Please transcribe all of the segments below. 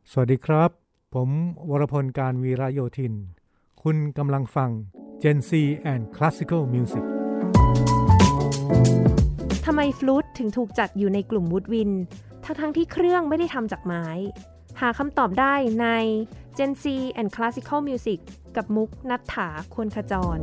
สวัสดีครับผมวรพลการวีระโยธินคุณกำลังฟัง Gen Z and Classical Music ทำไมฟลูตถึงถูกจัดอยู่ในกลุ่มวูดวินทั้งที่เครื่องไม่ได้ทำจากไม้หาคำตอบได้ใน Gen Z and Classical Music กับมุกณัฐฐา ควรขจร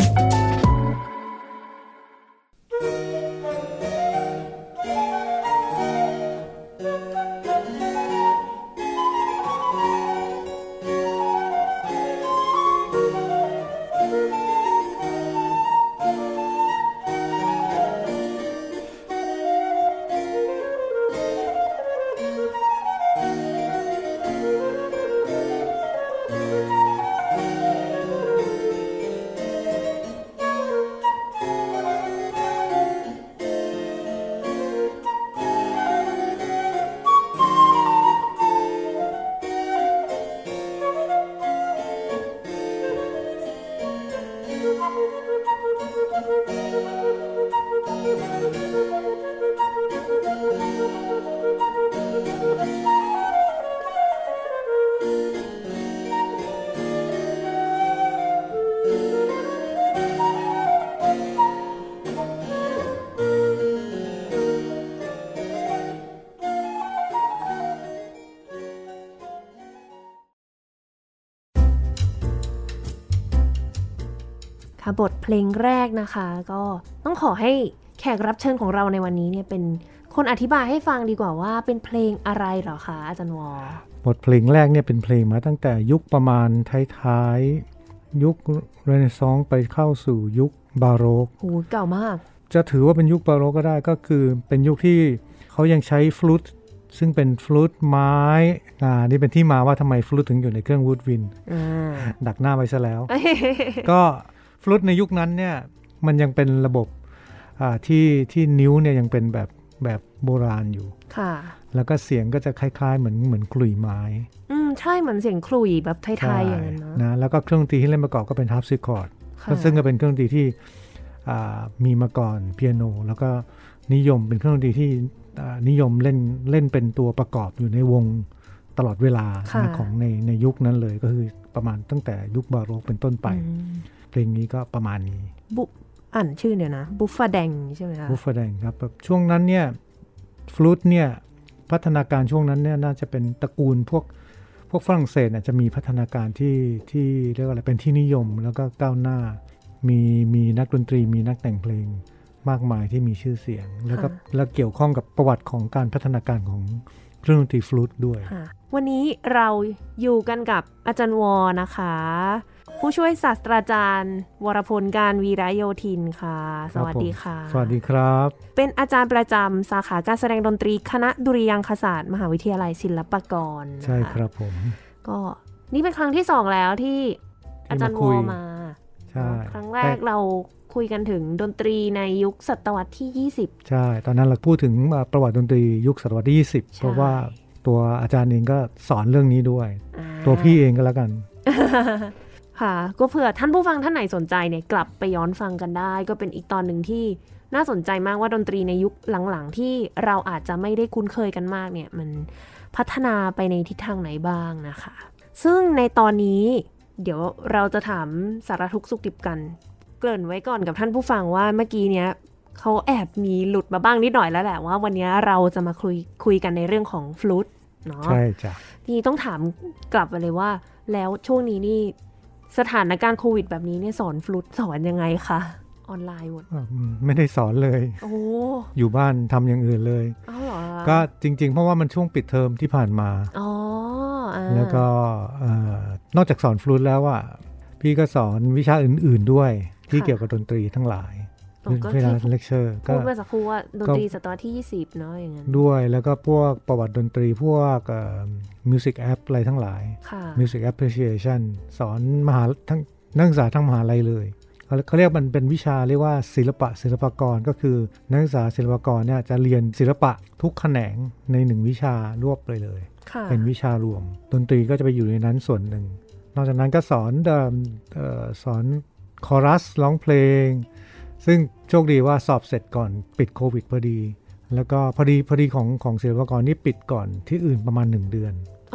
ค่ะบทเพลงแรกนะคะก็ต้องขอให้แขกรับเชิญของเราในวันนี้เนี่ยเป็นคนอธิบายให้ฟังดีกว่าว่าเป็นเพลงอะไรเหรอคะอาจารย์วบทเพลงแรกเนี่ยเป็นเพลงมาตั้งแต่ยุคประมาณท้ายๆยุคเรเนซองส์ไปเข้าสู่ยุคบาโรกโหเก่ามากจะถือว่าเป็นยุคบาโรกก็ได้ก็คือเป็นยุคที่เขายังใช้ฟลูตซึ่งเป็นฟลูตไม้นี่เป็นที่มาว่าทำไมฟลูตถึงอยู่ในเครื่องวูดวินดักหน้าไว้ซะแล้ว ก็ฟลูตในยุคนั้นเนี่ยมันยังเป็นระบบที่นิ้วเนี่ยยังเป็นแบบโบราณอยู่ค่ะแล้วก็เสียงก็จะคล้ายๆเหมือนขลุ่ยไม้ใช่เหมือนเสียงขลุ่ยแบบไทยๆอย่างนั้นนะแล้วก็เครื่องดนตรีที่เล่นประกอบก็เป็นฮาร์ปซิคอร์ดซึ่งก็เป็นเครื่องดนตรีที่มีมาก่อนเปียโนแล้วก็นิยมเป็นเครื่องดนตรีที่นิยมเล่นเป็นตัวประกอบอยู่ในวงตลอดเวลาของในยุคนั้นเลยก็คือประมาณตั้งแต่ยุคบาโรกเป็นต้นไปเพลงนี้ก็ประมาณนี้อ่านชื่อเนี่ยนะบุฟฟาแดงใช่ไหมคะบุฟฟาแดงครับช่วงนั้นเนี่ยฟลูตเนี่ยพัฒนาการช่วงนั้นเนี่ยน่าจะเป็นตระกูลพวกฝรั่งเศสจะมีพัฒนาการที่เรียกว่าอะไรเป็นที่นิยมแล้วก็ก้าวหน้ามีนักดนตรีมีนักแต่งเพลงมากมายที่มีชื่อเสียงแล้วเกี่ยวข้องกับประวัติของการพัฒนาการของเครื่องดนตรีฟลูตด้วยวันนี้เราอยู่กันกับอาจารย์วอนะคะผู้ช่วยศาสตราจารย์วรพลการวีระโยธินค่ะสวัสดีค่ะสวัสดีครับเป็นอาจารย์ประจำสาขาการแสดงดนตรีคณะดุริยางคศาสตร์มหาวิทยาลัยศิลปากรใช่ครับผมก็นี่เป็นครั้งที่2แล้วที่อาจารย์วอมาใช่ครั้งแรกเราคุยกันถึงดนตรีในยุคศตวรรษที่20 ใช่ตอนนั้นเราพูดถึงประวัติดนตรียุคศตวรรษที่20เพราะว่าตัวอาจารย์เองก็สอนเรื่องนี้ด้วยตัวพี่เองก็แล้วกันค่ะก็เผื่อท่านผู้ฟังท่านไหนสนใจเนี่ยกลับไปย้อนฟังกันได้ก็เป็นอีกตอนหนึ่งที่น่าสนใจมากว่าดนตรีในยุคหลังๆที่เราอาจจะไม่ได้คุ้นเคยกันมากเนี่ยมันพัฒนาไปในทิศทางไหนบ้างนะคะซึ่งในตอนนี้เดี๋ยวเราจะถามสารทุกข์สุขดิบกันเกริ่นไว้ก่อนกับท่านผู้ฟังว่าเมื่อกี้เนี้ยเขาแอบมีหลุดมาบ้างนิดหน่อยแล้วแหละว่าวันนี้เราจะมาคุยกันในเรื่องของฟลูตเนาะใช่จ้ะนี่ต้องถามกลับไปเลยว่าแล้วช่วงนี้นี่สถานการณ์โควิดแบบนี้เนี่ยสอนฟลูตสอนยังไงคะออนไลน์หมดไม่ได้สอนเลยอยู่บ้านทำอย่างอื่นเลยก็จริงๆเพราะว่ามันช่วงปิดเทอมที่ผ่านมาแล้วก็นอกจากสอนฟลูตแล้วพี่ก็สอนวิชาอื่นๆด้วยที่เกี่ยวกับดนตรีทั้งหลายเวลาเลคเชอร์ก็พูดเมื่อสักครู่ว่าดนตรีศตวรรษที่20เนาะอย่างนั้นด้วยแล้วก็พวกประวัติดนตรีพวกมิวสิกแอปอะไรทั้งหลายมิวสิกแอปพรีเชียชั่นสอนทั้งนักศึกษาทั้งมหาลัยเลยเขาเรียกมันเป็นวิชาเรียกว่าศิลปากรก็คือนักศึกษาศิลปากรเนี่ยจะเรียนศิลปะทุกแขนงใน1วิชารวบเลยเป็นวิชารวมดนตรีก็จะไปอยู่ในนั้นส่วนหนึ่งนอกจากนั้นก็สอนคอรัสร้องเพลงซึ่งโชคดีว่าสอบเสร็จก่อนปิดโควิดพอดีแล้วก็พอดีของศิลปากรนี่ปิดก่อนที่อื่นประมาณ1เดือน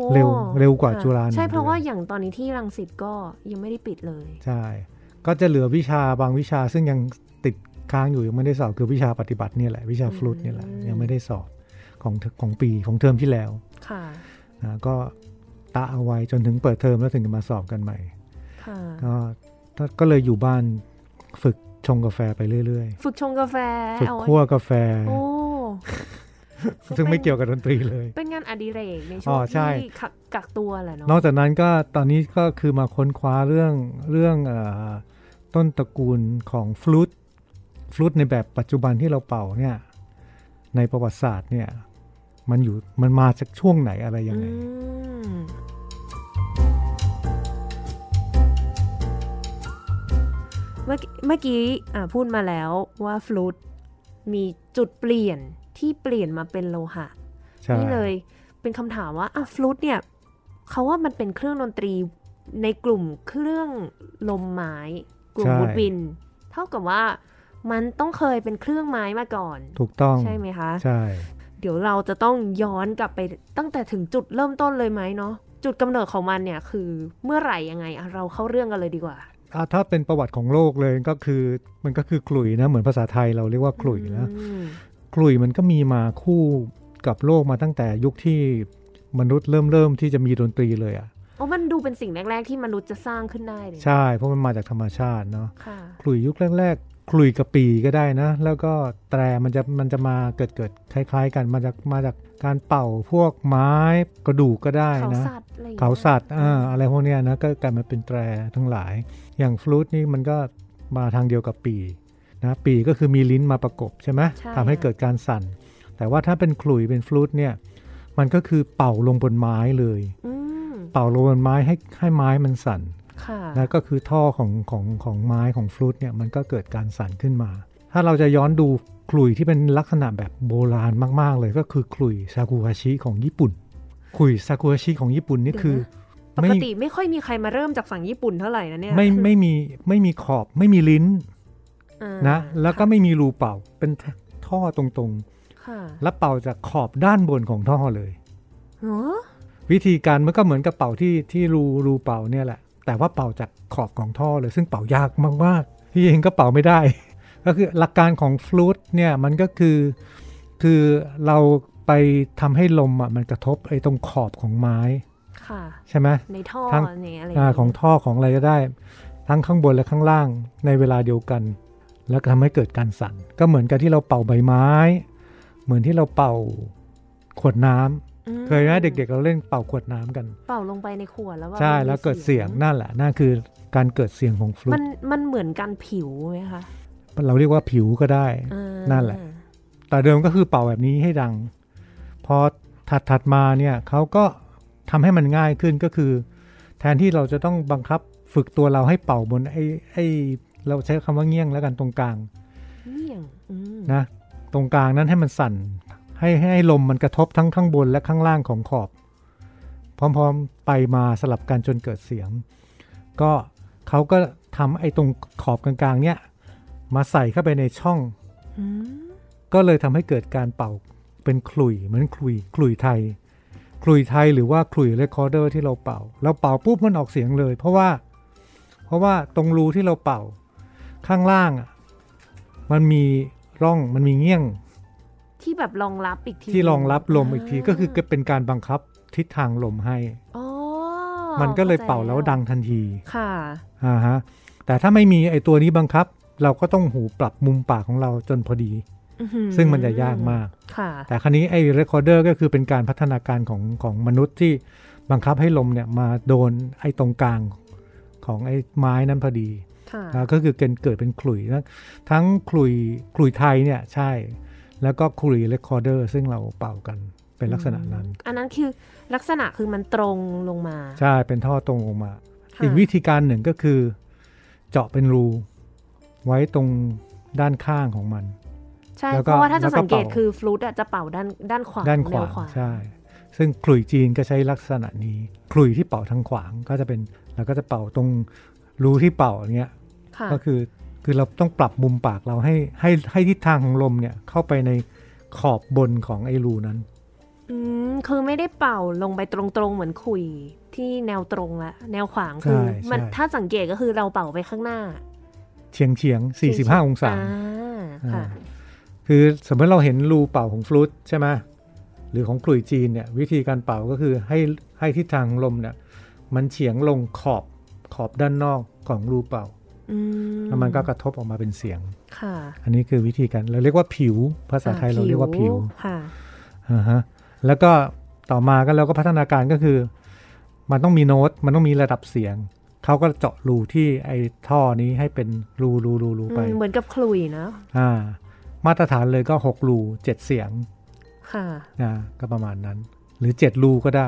เร็วกว่าจุฬาใช่เพราะว่าอย่างตอนนี้ที่รังสิตก็ยังไม่ได้ปิดเลยใช่ก็จะเหลือวิชาบางวิชาซึ่งยังติดค้างอยู่ยังไม่ได้สอบคือวิชาปฏิบัตินี่แหละวิชาฟลูตนี่แหละยังไม่ได้สอบของปีของเทอมที่แล้วค่ะก็ตะเอาไว้จนถึงเปิดเทอมแล้วถึงจะมาสอบกันใหม่ก็เลยอยู่บ้านฝึกชงกาแฟไปเรื่อยๆฝึกชงกาแฟฝึกคั่วกาแฟซึ่งไม่เกี่ยวกับดนตรีเลยเป็นงานอดิเรกในช่วงที่กักตัวแหละเนาะนอกจากนั้นก็ตอนนี้ก็คือมาค้นคว้าเรื่องต้นตระกูลของฟลูตในแบบปัจจุบันที่เราเป่าเนี่ยในประวัติศาสตร์เนี่ยมันมาจากช่วงไหนอะไรยังไงเมื่อกี้พูดมาแล้วว่าฟลูตมีจุดเปลี่ยนที่เปลี่ยนมาเป็นโลหะนี่เลยเป็นคำถามว่าฟลูตเนี่ยเขาว่ามันเป็นเครื่องดนตรีในกลุ่มเครื่องลมไม้กลุ่มวูดวินเท่ากับว่ามันต้องเคยเป็นเครื่องไม้มาก่อนถูกต้องใช่ไหมคะใช่เดี๋ยวเราจะต้องย้อนกลับไปตั้งแต่ถึงจุดเริ่มต้นเลยไหมเนาะจุดกำเนิดของมันเนี่ยคือเมื่อไหร่ยังไงเราเข้าเรื่องกันเลยดีกว่าถ้าเป็นประวัติของโลกเลยก็คือมันก็คือขลุ่ยนะเหมือนภาษาไทยเราเรียกว่าขลุ่ยนะขลุ่ยมันก็มีมาคู่กับโลกมาตั้งแต่ยุคที่มนุษย์เริ่มที่จะมีดนตรีเลยมันดูเป็นสิ่งแรกๆที่มนุษย์จะสร้างขึ้นได้เลยใช่เพราะมันมาจากธรรมชาติเนาะขลุ่ยยุคแรกๆขลุ่ยกับปีก็ได้นะแล้วก็แตรมันจะมาเกิดคล้ายๆกันมาจากการเป่าพวกไม้กระดูกก็ได้นะเขาสัตว์อะไรพวกนี้นะก็กลายมาเป็นแตรทั้งหลายอย่างฟลูตนี่มันก็มาทางเดียวกับปีนะปีก็คือมีลิ้นมาประกบใช่ไหมทำให้เกิดการสั่นแต่ว่าถ้าเป็นขลุ่ยเป็นฟลูตเนี่ยมันก็คือเป่าลงบนไม้เลยเป่าลงบนไม้ให้ไม้มันสั่นแล้วก็คือท่อของไม้ของฟลูตเนี่ยมันก็เกิดการสั่นขึ้นมาถ้าเราจะย้อนดูขลุ่ยที่เป็นลักษณะแบบโบราณมากๆเลยก็คือขลุ่ยซากุฮาชิของญี่ปุ่นขลุ่ยซากุฮาชิของญี่ปุ่นนี่คือปกติไม่ค่อยมีใครมาเริ่มจากฝั่งญี่ปุ่นเท่าไหร่นะเนี่ยไม่มีขอบไม่มีลิ้นนะแล้วก็ไม่มีรูเป่าเป็นท่อตรงๆแล้วเป่าจากขอบด้านบนของท่อเลยวิธีการมันก็เหมือนกับเป่าที่รูเป่าเนี่ยแหละแต่ว่าเป่าจากขอบของท่อเลยซึ่งเป่ายากมากๆพี่เองก็เป่าไม่ได้ก็คือหลักการของฟลูตเนี่ยมันก็คือเราไปทำให้ลมมันกระทบไอ้ตรงขอบของไม้ใช่ไหมในท่ออะไรของท่อของอะไรก็ได้ทั้งข้างบนและข้างล่างในเวลาเดียวกันแล้วก็ทำให้เกิดการสั่นก็เหมือนกับที่เราเป่าใบไม้เหมือนที่เราเป่าขวดน้ำเคยไหมเด็กๆเราเล่นเป่าขวดน้ำกันเป่าลงไปในขวดแล้วใช่แล้วเกิดเสียงนั่นแหละนั่นคือการเกิดเสียงของฟลูตมันเหมือนการผิวไหมคะเราเรียกว่าผิวก็ได้นั่นแหละแต่เดิมก็คือเป่าแบบนี้ให้ดังพอถัดมาเนี่ยเขาก็ทำให้มันง่ายขึ้นก็คือแทนที่เราจะต้องบังคับฝึกตัวเราให้เป่าบนไอ้เราใช้คำว่าเงี้ยงแล้วกันตรงกลางนะตรงกลางนั้นให้มันสั่นให้ลมมันกระทบทั้งข้างบนและข้างล่างของขอบพร้อมๆไปมาสลับกันจนเกิดเสียงก็เขาก็ทำไอ้ตรงขอบกลางๆเนี่ยมาใส่เข้าไปในช่องก็เลยทำให้เกิดการเป่าเป็นขลุ่ยเหมือนขลุ่ยไทยหรือว่าขลุ่ยเรคคอร์เดอร์ที่เราเป่าปุ๊บมันออกเสียงเลยเพราะว่าตรงรูที่เราเป่าข้างล่างมันมีร่องมันมีเงี้ยงที่แบบรองรับอีกทีที่รองรับลมอีกทีก็คือเป็นการบังคับทิศทางลมให้มันก็เลยเป่าแล้วดังทันทีค่ะฮะแต่ถ้าไม่มีไอ้ตัวนี้บังคับเราก็ต้องหูปรับมุมปากของเราจนพอดีซึ่งมันจะยากมากแต่คราวนี้ไอ้เรคคอร์เดอร์ก็คือเป็นการพัฒนาการของมนุษย์ที่บังคับให้ลมเนี่ยมาโดนไอ้ตรงกลางของไอ้ไม้นั้นพอดีก็คือเกิดเป็นขลุ่ยนะทั้งขลุ่ยไทยเนี่ยใช่แล้วก็ขลุ่ยเรคคอร์เดอร์ซึ่งเราเป่ากันเป็นลักษณะนั้นอันนั้นคือลักษณะคือมันตรงลงมาใช่เป็นท่อตรงลงมาอีกวิธีการหนึ่งก็คือเจาะเป็นรูไว้ตรงด้านข้างของมันใช่เพราะว่าถ้าจะสังเกตคือฟลูตจะเป่าด้านขวาใช่ซึ่งขลุ่ยจีนก็ใช้ลักษณะนี้ขลุ่ยที่เป่าทางขวางก็จะเป็นแล้วก็จะเป่าตรงรูที่เป่าอย่างเงี้ยก็คือเราต้องปรับมุมปากเราให้ทิศทางของลมเนี่ยเข้าไปในขอบบนของไอ้รูนั้นคือไม่ได้เป่าลงไปตรงๆเหมือนขลุ่ยที่แนวตรงละแนวขวางคือมันถ้าสังเกตก็คือเราเป่าไปข้างหน้าเฉียง45องศาคือสมมติเราเห็นรูเป่าของฟลูตใช่ไหมหรือของขลุ่ยจีนเนี่ยวิธีการเป่าก็คือให้ทิศทางลมเนี่ยมันเฉียงลงขอบด้านนอกของรูเป่าแล้วมันก็กระทบออกมาเป็นเสียงอันนี้คือวิธีการเราเรียกว่าผิวภาษาไทยเราเรียกว่าผิวแล้วก็ต่อมาก็เราก็พัฒนาการก็คือมันต้องมีโน้ตมันต้องมีระดับเสียงเขาก็เจาะรูที่ไอ้ท่อนี้ให้เป็นรูไปเหมือนกับขลุ่ยนะมาตรฐานเลยก็6รู7เสียงก็ประมาณนั้นหรือ7รูก็ได้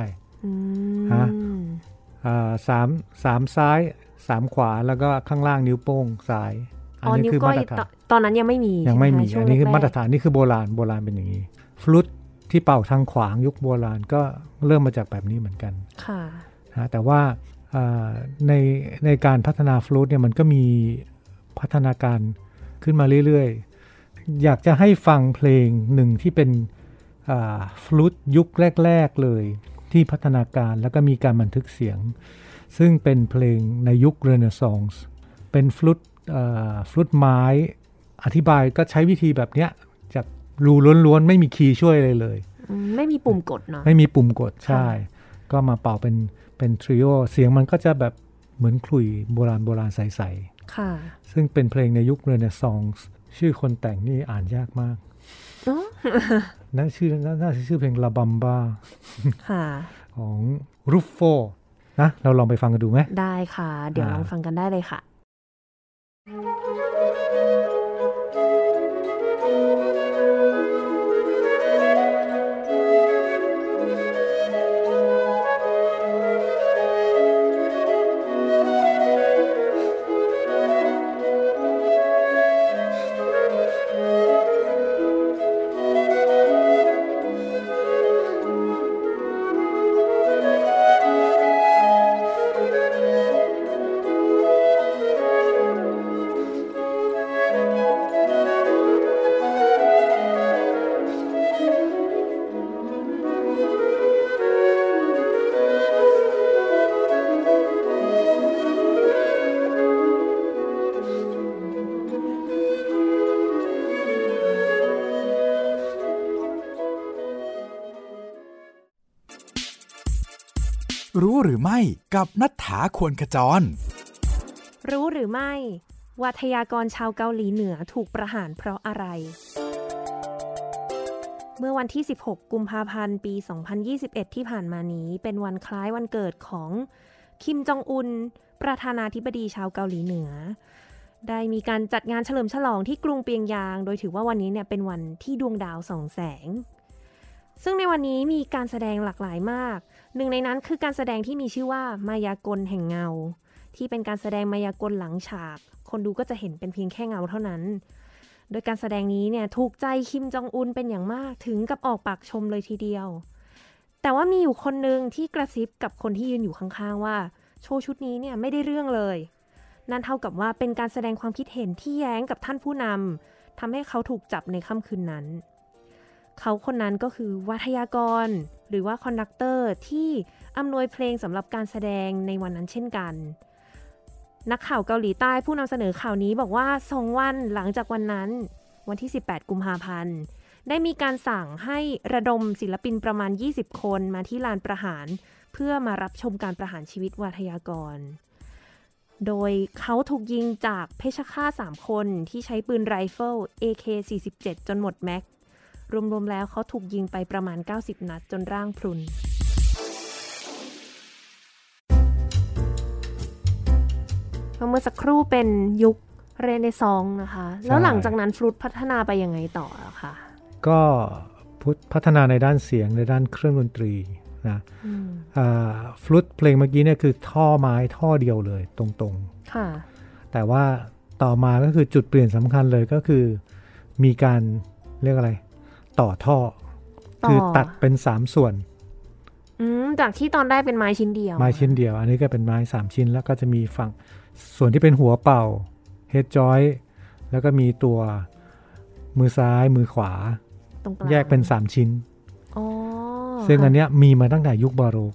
สามซ้าย3ขวาแล้วก็ข้างล่างนิ้วโป้งซ้ายอันนี้คือมาตรฐานตอนนั้นยังไม่มีอันนี้คือมาตรฐานนี่คือโบราณเป็นอย่างนี้ฟลุตที่เป่าทางขวางยุคโบราณก็เริ่มมาจากแบบนี้เหมือนกันแต่ว่าในการพัฒนาฟลุตเนี่ยมันก็มีพัฒนาการขึ้นมาเรื่อยๆอยากจะให้ฟังเพลงหนึ่งที่เป็นฟลุตยุคแรกๆเลยที่พัฒนาการแล้วก็มีการบันทึกเสียงซึ่งเป็นเพลงในยุคเรเนซองส์เป็นฟลุตไม้อธิบายก็ใช้วิธีแบบเนี้ยจากรูล้วนๆไม่มีคีย์ช่วยเลยไม่มีปุ่มกดเนาะไม่มีปุ่มกดใช่ก็มาเป่าเป็นทริโอเสียงมันก็จะแบบเหมือนขลุ่ยโบราณใสๆค่ะซึ่งเป็นเพลงในยุคเรเนซองส์ชื่อคนแต่งนี่อ่านยากมากน่าชื่อเพลงลาบัมบาของรูฟโฟนะเราลองไปฟังกันดูไหมได้ค่ะเดี๋ยวลองฟังกันได้เลยค่ะรู้หรือไม่กับณัฐฐา ควรขจรรู้หรือไม่วาทยากรชาวเกาหลีเหนือถูกประหารเพราะอะไรเมื่อวันที่16กุมภาพันธ์ปี2021ที่ผ่านมานี้เป็นวันคล้ายวันเกิดของคิมจองอุนประธานาธิบดีชาวเกาหลีเหนือได้มีการจัดงานเฉลิมฉลองที่กรุงเปียงยางโดยถือว่าวันนี้เนี่ยเป็นวันที่ดวงดาวส่องแสงซึ่งในวันนี้มีการแสดงหลากหลายมากหนึ่งในนั้นคือการแสดงที่มีชื่อว่ามายากลแห่งเงาที่เป็นการแสดงมายากลหลังฉากคนดูก็จะเห็นเป็นเพียงแค่เงาเท่านั้นโดยการแสดงนี้เนี่ยถูกใจคิมจองอุนเป็นอย่างมากถึงกับออกปากชมเลยทีเดียวแต่ว่ามีอยู่คนนึงที่กระซิบกับคนที่ยืนอยู่ข้างๆว่าโชว์ชุดนี้เนี่ยไม่ได้เรื่องเลยนั่นเท่ากับว่าเป็นการแสดงความคิดเห็นที่แย้งกับท่านผู้นำทำให้เขาถูกจับในค่ำคืนนั้นเขาคนนั้นก็คือวาทยากรหรือว่าคอนดักเตอร์ที่อำนวยเพลงสำหรับการแสดงในวันนั้นเช่นกันนักข่าวเกาหลีใต้ผู้นำเสนอข่าวนี้บอกว่า2วันหลังจากวันนั้นวันที่18กุมภาพันธ์ได้มีการสั่งให้ระดมศิลปินประมาณ20คนมาที่ลานประหารเพื่อมารับชมการประหารชีวิตวาทยากรโดยเขาถูกยิงจากเพชฌฆาต3คนที่ใช้ปืนไรเฟิล AK-47 จนหมดแม็กรวมๆแล้วเขาถูกยิงไปประมาณ90นัดจนร่างพรุนเมื่อสักครู่เป็นยุคเรเนซองส์นะคะแล้วหลังจากนั้นฟลุตพัฒนาไปยังไงต่อคะก็พัฒนาในด้านเสียงในด้านเครื่องดนตรีนะฟลุตเพลงเมื่อกี้เนี่ยคือท่อไม้ท่อเดียวเลยตรงๆค่ะแต่ว่าต่อมาก็คือจุดเปลี่ยนสำคัญเลยก็คือมีการเรียกอะไรต่อท่อคือตัดเป็น3ส่วนจากที่ตอนได้เป็นไม้ชิ้นเดียวอันนี้ก็เป็นไม้3ชิ้นแล้วก็จะมีฝั่งส่วนที่เป็นหัวเป่าเฮดจอยแล้วก็มีตัวมือซ้ายมือขวาแยกเป็น3ชิ้นซึ่งอันเนี้ยมีมาตั้งแต่ยุคบาโรก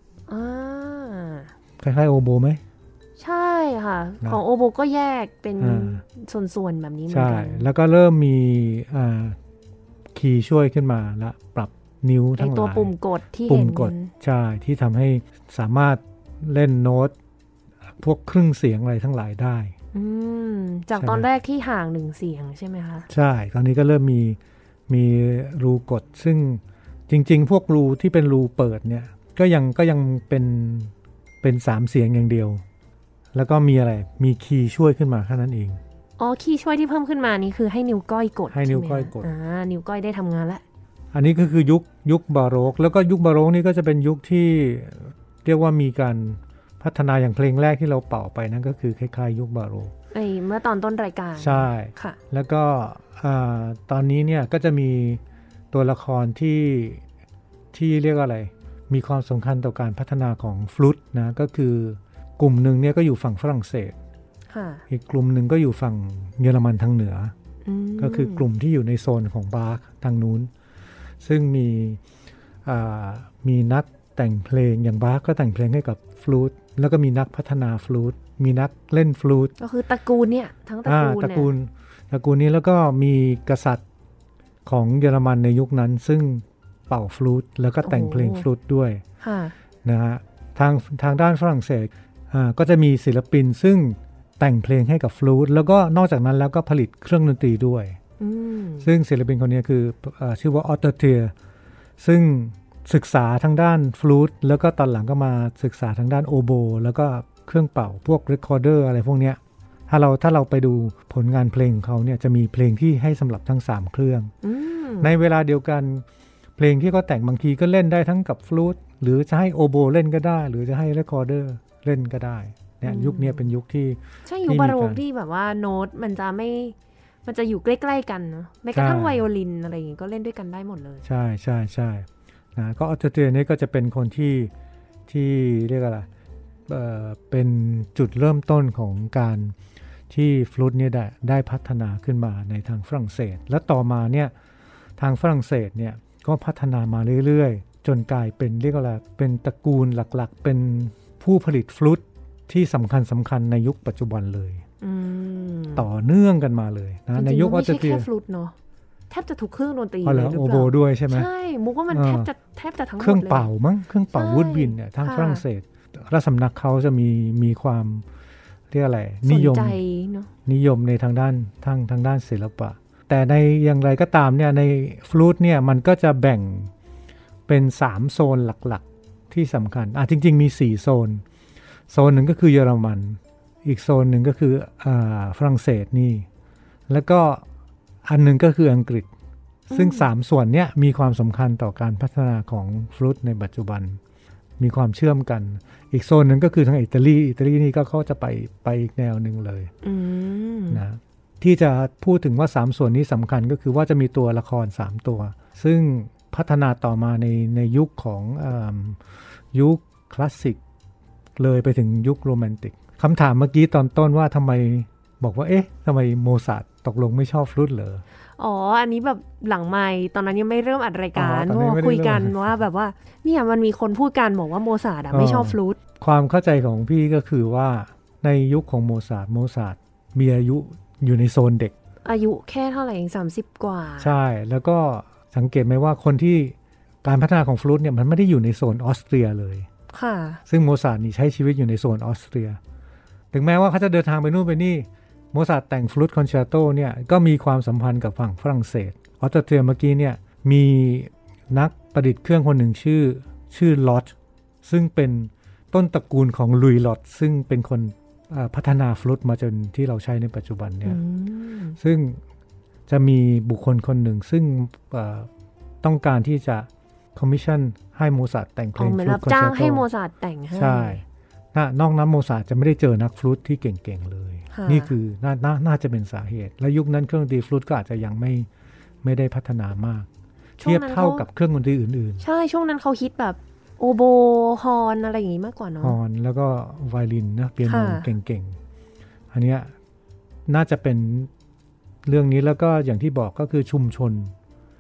คล้ายๆโอโบไหมใช่ค่ะของโอโบก็แยกเป็นส่วนๆแบบนี้เหมือนกันใช่แล้วก็เริ่มมีคีย์ช่วยขึ้นมาและปรับนิ้วทั้งหลายตัวปุ่มกดที่เห็นใช่ที่ทำให้สามารถเล่นโน้ตพวกครึ่งเสียงอะไรทั้งหลายได้จากตอนแรกที่ห่างหนึ่งเสียงใช่ไหมคะใช่ตอนนี้ก็เริ่มมีรูกดซึ่งจริงๆพวกรูที่เป็นรูเปิดเนี่ยก็ยังเป็น3เสียงอย่างเดียวแล้วก็มีอะไรมีคีย์ช่วยขึ้นมาแค่นั้นเองคีย์ช่วยที่เพิ่มขึ้นมานี่คือให้นิ้วก้อยกดให้นิ้วก้อยกดนิ้วก้อยได้ทำงานแล้วอันนี้ก็คือยุคบาโรกแล้วก็ยุคบาโรกนี่ก็จะเป็นยุคที่เรียกว่ามีการพัฒนาอย่างเพลงแรกที่เราเป่าไปนั่นก็คือคล้ายๆยุคบาโรกเมื่อตอนต้นรายการใช่ค่ะแล้วก็ตอนนี้เนี่ยก็จะมีตัวละครที่เรียกว่าอะไรมีความสำคัญต่อการพัฒนาของฟลุตนะก็คือกลุ่มหนึ่งเนี่ยก็อยู่ฝั่งฝรั่งเศสอีกกลุ่มหนึ่งก็อยู่ฝั่งเยอรมันทางเหนือก็คือกลุ่มที่อยู่ในโซนของบาร์คทางนู้นซึ่งมีนักแต่งเพลงอย่างบาร์คก็แต่งเพลงให้กับฟลูตแล้วก็มีนักพัฒนาฟลูตมีนักเล่นฟลูตก็คือตระกูลเนี่ยทั้งตระกูลเนี่ยตระกูลนี้แล้วก็มีกษัตริย์ของเยอรมันในยุคนั้นซึ่งเป่าฟลูตแล้วก็แต่งเพลงฟลูตด้วยนะฮะทางด้านฝรั่งเศสก็จะมีศิลปินซึ่งแต่งเพลงให้กับฟลูตแล้วก็นอกจากนั้นแล้วก็ผลิตเครื่องดนตรีด้วยซึ่งศิลปินคนนี้คือชื่อว่าออตเตอร์เทียซึ่งศึกษาทางด้านฟลูตแล้วก็ตอนหลังก็มาศึกษาทางด้านโอโบแล้วก็เครื่องเป่าพวกเรคคอร์เดอร์อะไรพวกเนี้ยถ้าเราไปดูผลงานเพลงของเขาเนี่ยจะมีเพลงที่ให้สำหรับทั้ง3เครื่องในเวลาเดียวกันเพลงที่เขาแต่งบางทีก็เล่นได้ทั้งกับฟลูตหรือจะให้โอโบเล่นก็ได้หรือจะให้เรคคอร์เดอร์เล่นก็ได้เนี่ยยุคนี้เป็นยุคที่ใช่ยุคบาโรกที่แบบว่าโน้ตมันจะอยู่ใกล้ๆกันเนาะแม้กระทั่งไวโอลินอะไรอย่างงี้ก็เล่นด้วยกันได้หมดเลยใช่ใช่ใช่นะก็ออตเตอร์เทียนี่ก็จะเป็นคนที่เรียกอะไรเป็นจุดเริ่มต้นของการที่ฟลูตเนี่ยได้พัฒนาขึ้นมาในทางฝรั่งเศสและต่อมาเนี่ยทางฝรั่งเศสเนี่ยก็พัฒนามาเรื่อยๆจนกลายเป็นเรียกว่าอะไรเป็นตระกูลหลักๆเป็นผู้ผลิตฟลูตที่สำคัญในยุคปัจจุบันเลยต่อเนื่องกันมาเลยนะในยุคออตเตอร์เทียไม่ใช่แค่ฟลูตเนาะแทบจะทุกเครื่องดนตรีเลยหรือเปล่าโอโบด้วยใช่ไหมใช่มุกว่ามันแทบจะทั้งหมดเลยเครื่องเป่ามั้งเครื่องเป่าวูดวินเนี่ยทางฝรั่งเศสรัฐสำนักเขาจะมีความเรียกอะไรนิยมในทางด้านศิลปะแต่ในอย่างไรก็ตามเนี่ยในฟลูตเนี่ยมันก็จะแบ่งเป็น3โซนหลักๆที่สำคัญจริงๆมี4โซนหนึ่งก็คือเยอรมันอีกโซนหนึ่งก็คือฝรั่งเศสนี่แล้วก็อันนึงก็คืออังกฤษซึ่ง3ส่วนเนี้ยมีความสำคัญต่อการพัฒนาของฟลูตในปัจจุบันมีความเชื่อมกันอีกโซนหนึ่งก็คือทางอิตาลีนี่ก็เขาจะไปอีกแนวหนึ่งเลยนะที่จะพูดถึงว่า3ส่วนนี้สำคัญก็คือว่าจะมีตัวละคร3ตัวซึ่งพัฒนาต่อมาในยุคของยุคคลาสสิกเลยไปถึงยุคโรแมนติกคำถามเมื่อกี้ตอนต้นว่าทำไมบอกว่าทำไมโมซาร์ทตกลงไม่ชอบฟลูตเหรออันนี้แบบหลังไมค์ตอนนั้นยังไม่เริ่มอัดรายการคุยกันว่าแบบว่าเนี่ยมันมีคนพูดกันบอกว่าโมซาร์ทไม่ชอบฟลูตความเข้าใจของพี่ก็คือว่าในยุคของโมซาร์ทมีอายุอยู่ในโซนเด็กอายุแค่เท่าไหร่เอง30กว่าใช่แล้วก็สังเกตไหมว่าคนที่การพัฒนาของฟลูตเนี่ยมันไม่ได้อยู่ในโซนออสเตรียเลยค่ะซึ่งโมซาร์ทนี่ใช้ชีวิตอยู่ในโซนออสเตรียถึงแม้ว่าเขาจะเดินทางไปนู่นไปนี่โมซาร์ทแต่งฟลูตคอนแชร์โตเนี่ยก็มีความสัมพันธ์กับฝั่งฝรั่งเศสออสเตรียเมื่อกี้เนี่ยมีนักประดิษฐ์เครื่องคนหนึ่งชื่อลอตซึ่งเป็นต้นตระกูลของลุยลอตซึ่งเป็นคนพัฒนาฟลูตมาจนที่เราใช้ในปัจจุบันเนี่ยซึ่งจะมีบุคคลคนหนึ่งซึ่งต้องการที่จะคอมมิชชั่นให้โมซาร์ทแต่งเพลงฟลูตคอนแชร์โตจ้างให้โมซาร์ทแต่งให้ใช่นอกนั้นโมซาร์ทจะไม่ได้เจอนักฟลูตที่เก่งๆเลยนี่คือน่าจะเป็นสาเหตุและยุคนั้นเครื่องดนตรีฟลูตก็อาจจะยังไม่ได้พัฒนามากเทียบเท่ากับเครื่องดนตรีอื่นๆใช่ช่วงนั้นเขาฮิตแบบโอโบฮอร์นอะไรอย่างนี้มากกว่าเนาะฮอร์นแล้วก็ไวโอลินนะเปียโนเก่งๆอันเนี้ยน่าจะเป็นเรื่องนี้แล้วก็อย่างที่บอกก็คือชุมชน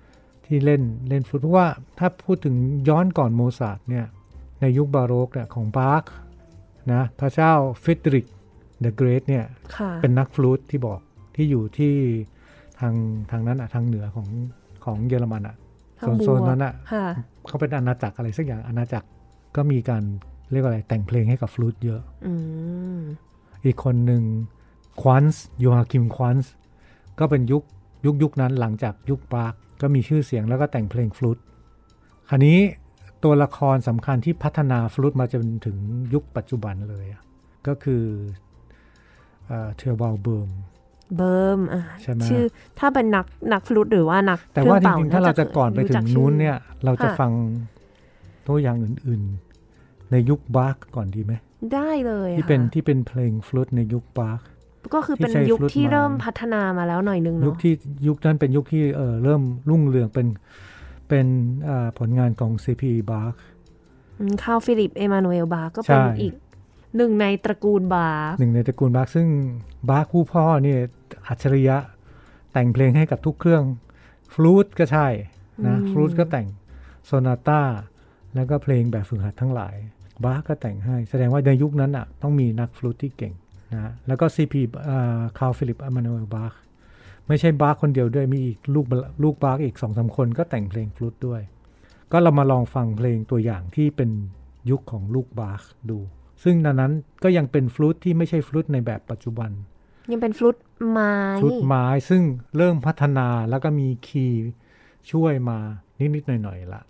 ที่เล่นฟลุตเพราะว่าถ้าพูดถึงย้อนก่อนโมซาร์ทเนี่ยในยุคบาโรกเนี่ยของบาร์กนะพระเจ้าฟิดริกเดอะเกรทเนี่ยเป็นนักฟลูตที่บอกที่อยู่ที่ทางนั้นทางเหนือของเยอรมันโซนนั้นเขาเป็นอาณาจักรอะไรสักอย่างอาณาจักรก็มีการเรียกว่าอะไรแต่งเพลงให้กับฟลูตเยอะอีกคนหนึ่งควอนส์โยฮาคิมควอนส์ก็เป็นยุคนั้นหลังจากยุคบาร์กก็มีชื่อเสียงแล้วก็แต่งเพลงฟลูตคราวนี้ตัวละครสำคัญที่พัฒนาฟลูตมาจนถึงยุคปัจจุบันเลยก็คือเทอร์บาลเบิร์มใช่ไหมชื่อถ้าเป็นนักฟลูตหรือว่านักแต่ว่าจริงๆถ้าเราจะก่อนไปถึงนู้นเนี่ยเราจะฟังตัวอย่างอื่นๆในยุคบาร์กก่อนดีไหมได้เลยที่เป็นเพลงฟลูตในยุคบาร์กก็คือเป็นยุคที่เริ่มพัฒนามาแล้วหน่อยนึงเนาะยุคนั้นเป็นยุคที่เริ่มรุ่งเรืองเป็นผลงานของ C.P. Bach คาร์ลฟิลิปเอมานูเอลบาร์ก็เป็นอีกหนึ่งในตระกูลบาร์ซึ่งบาร์ผู้พ่อเนี่ยอัจฉริยะแต่งเพลงให้กับทุกเครื่องฟลูตก็ใช่นะฟลูตก็แต่งโซนาต้าแล้วก็เพลงแบบฝึกหัดทั้งหลายบาร์ก็แต่งให้แสดงว่าในยุคนั้นต้องมีนักฟลูตที่เก่งนะแล้วก็ C.P. คาร์ลฟิลิปเอมานูเอลบาร์ไม่ใช่บาร์คนเดียวด้วยมีอีกลูกบาร์อีก 2-3 คนก็แต่งเพลงฟลูตด้วยก็เรามาลองฟังเพลงตัวอย่างที่เป็นยุคของลูกบาร์ดูซึ่งนั้นก็ยังเป็นฟลูตที่ไม่ใช่ฟลูตในแบบปัจจุบันยังเป็นฟลูตไม้ซึ่งเริ่มพัฒนาแล้วก็มีคีย์ช่วยมานิดๆหน่อยๆละ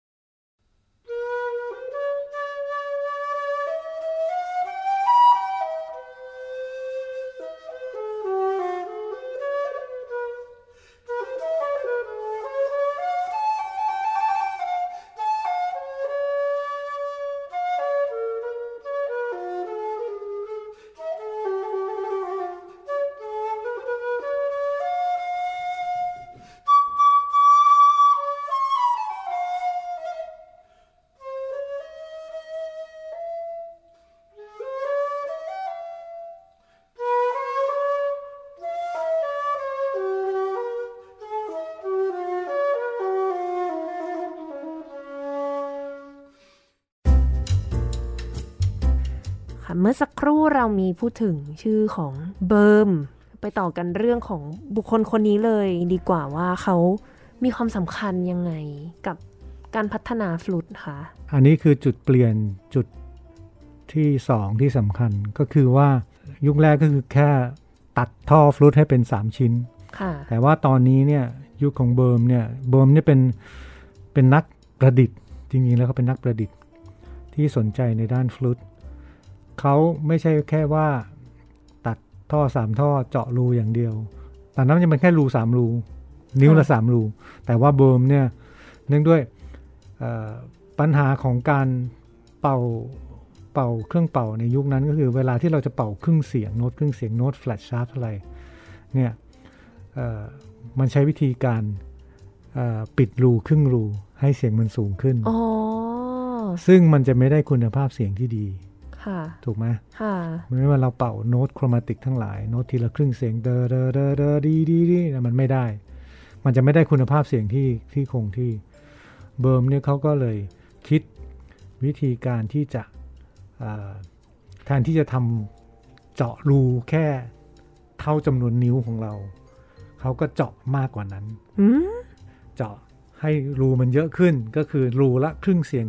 เมื่อสักครู่เรามีพูดถึงชื่อของเบิร์มไปต่อกันเรื่องของบุคคลคนนี้เลยดีกว่าว่าเขามีความสำคัญยังไงกับการพัฒนาฟลูตคะอันนี้คือจุดเปลี่ยนจุดที่2ที่สำคัญก็คือว่ายุคแรกก็คือแค่ตัดท่อฟลูตให้เป็น3ชิ้นแต่ว่าตอนนี้เนี่ยยุคของเบิร์มเนี่ยเป็นนักประดิษฐ์จริงๆแล้วเขาเป็นนักประดิษฐ์ที่สนใจในด้านฟลูตเขาไม่ใช่แค่ว่าตัดท่อ3ท่อเจาะรูอย่างเดียวแต่นั้นมันจะเป็นแค่รู3รูนิ้วละ3รูแต่ว่าเบิร์มเนี่ยเนื่องด้วยปัญหาของการเป่าเครื่องเป่าในยุคนั้นก็คือเวลาที่เราจะเป่าครึ่งเสียงโน้ตครึ่งเสียงโน้ตแฟลตชาร์ปอะไรเนี่ยมันใช้วิธีการปิดรูครึ่งรูให้เสียงมันสูงขึ้นซึ่งมันจะไม่ได้คุณภาพเสียงที่ดีถูกไหมไม่ว่าเราเป่าโน้ตโครมาติกทั้งหลายโน้ตทีละครึ่งเสียงเดอเดอเดอเดอดีดีดีมันไม่ได้มันจะไม่ได้คุณภาพเสียงที่คงที่เบิร์มเนี่ยเขาก็เลยคิดวิธีการที่จะแทนที่จะทำเจาะรูแค่เท่าจำนวนนิ้วของเราเขาก็เจาะมากกว่านั้นเจาะให้รูมันเยอะขึ้นก็คือรูละครึ่งเสียง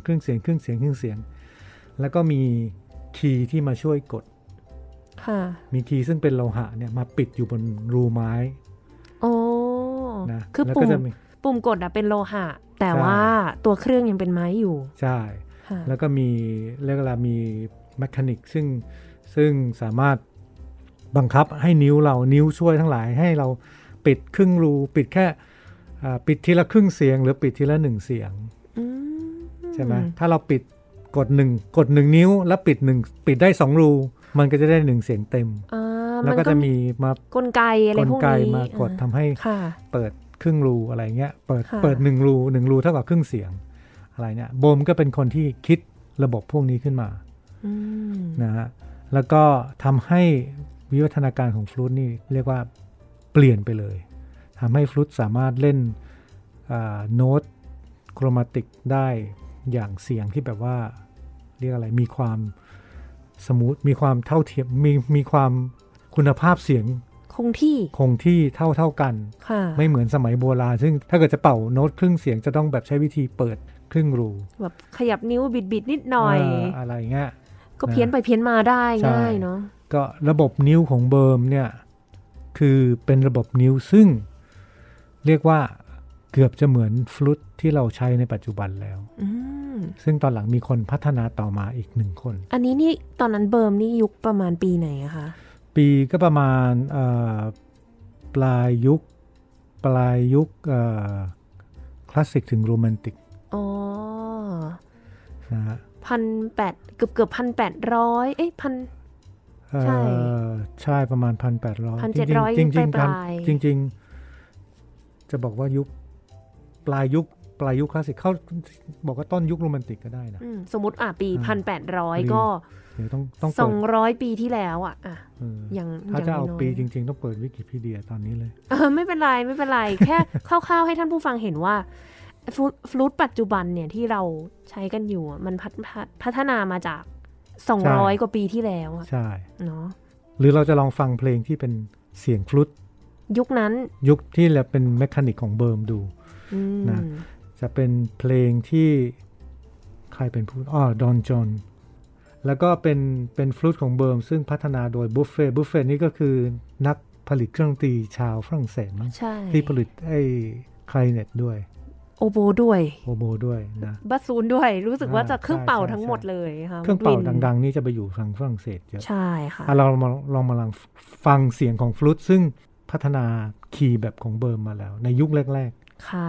แล้วก็มีคีย์ที่มาช่วยกดมีคีย์ซึ่งเป็นโลหะเนี่ยมาปิดอยู่บนรูไม้นะคือปุ่มกดเป็นโลหะแต่ว่าตัวเครื่องยังเป็นไม้อยู่ใช่แล้วก็มีเรียกว่ามีแมคานิกซึ่งสามารถบังคับให้นิ้วช่วยทั้งหลายให้เราปิดครึ่งรูปิดแค่ปิดทีละครึ่งเสียงหรือปิดทีละ1เสียงใช่ไหมถ้าเราปิดกด1นิ้วแล้วปิดได้2รูมันก็จะได้1เสียงเต็มแล้วก็จะมีมากลไกอะไรพวกนี้มากดทำให้เปิดครึ่งรูอะไรเงี้ยเปิด1รูเท่ากับครึ่งเสียงอะไรเนี่ยโบมก็เป็นคนที่คิดระบบพวกนี้ขึ้นมานะฮะแล้วก็ทำให้วิวัฒนาการของฟลูตนี่เรียกว่าเปลี่ยนไปเลยทำให้ฟลูตสามารถเล่นโน้ตโครมาติกได้อย่างเสียงที่แบบว่าเรียกอะไรมีความสมูทมีความเท่าเทียมมีความคุณภาพเสียงคงที่เท่ากันไม่เหมือนสมัยโบราณซึ่งถ้าเกิดจะเป่าโน้ตครึ่งเสียงจะต้องแบบใช้วิธีเปิดครึ่งรูแบบขยับนิ้วบิดนิดหน่อยอะไรเงี้ยก็เพี้ยนไปเพี้ยนมาได้ง่ายเนาะก็ระบบนิ้วของเบิร์มเนี่ยคือเป็นระบบนิ้วซึ่งเรียกว่าเกือบจะเหมือนฟลุตที่เราใช้ในปัจจุบันแล้วซึ่งตอนหลังมีคนพัฒนาต่อมาอีก1 คนอันนี้นี่ตอนนั้นเบิร์มนี่ยุคประมาณปีไหนอะคะปีก็ประมาณปลายยุคคลาสสิกถึงโรแมนติกอ๋อนะฮะ 1,800เกือบ1,800พันใช่ประมาณ 1,800 1,700 จริงจะบอกว่ายุคปลายยุคคลาสสิกเข้าบอกว่าต้นยุคโรแมนติกก็ได้นะสมมุติปี 1,800 ก็เดี๋ยวต้อง 200 ปีที่แล้วอย่างถ้าจะเอาปีจริงๆต้องเปิดวิกิพีเดียตอนนี้เลยไม่เป็นไรแค่คร่าวๆให้ท่านผู้ฟังเห็นว่าฟลูตปัจจุบันเนี่ยที่เราใช้กันอยู่มันพัฒนามาจาก200 กว่าปีที่แล้วใช่เนาะหรือเราจะลองฟังเพลงที่เป็นเสียงฟลูตยุคนั้นยุคที่เราเป็นเมคานิกของเบิร์มดูนะจะเป็นเพลงที่ใครเป็นผู้ดอนจอนแล้วก็เป็นฟลูตของเบิร์มซึ่งพัฒนาโดยบุฟเฟ่นี่ก็คือนักผลิตเครื่องดนตรีชาวฝรั่งเศสมั้งที่ผลิตไอ้คลาริเนตด้วยโอโบด้วยนะบาซูนด้วยรู้สึกว่าจะเครื่องเป่าทั้งหมดเลยค่ะเครื่องเป่าดังๆนี่จะไปอยู่ทางฝรั่งเศสเยอะใช่ค่ะเราลองมาฟังเสียงของฟลูตซึ่งพัฒนาคีย์แบบของเบิร์มมาแล้วในยุคแรกๆค่ะ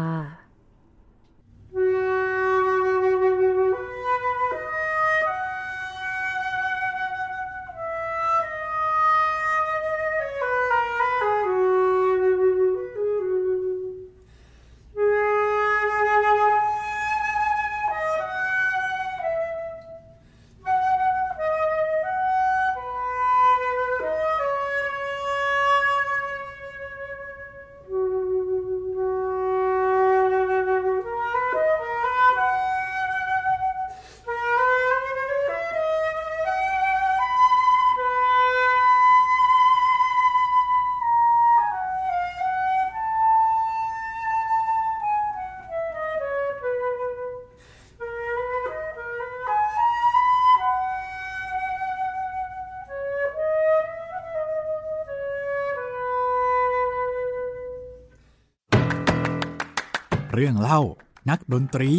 เรื่องเล่านักดนตรี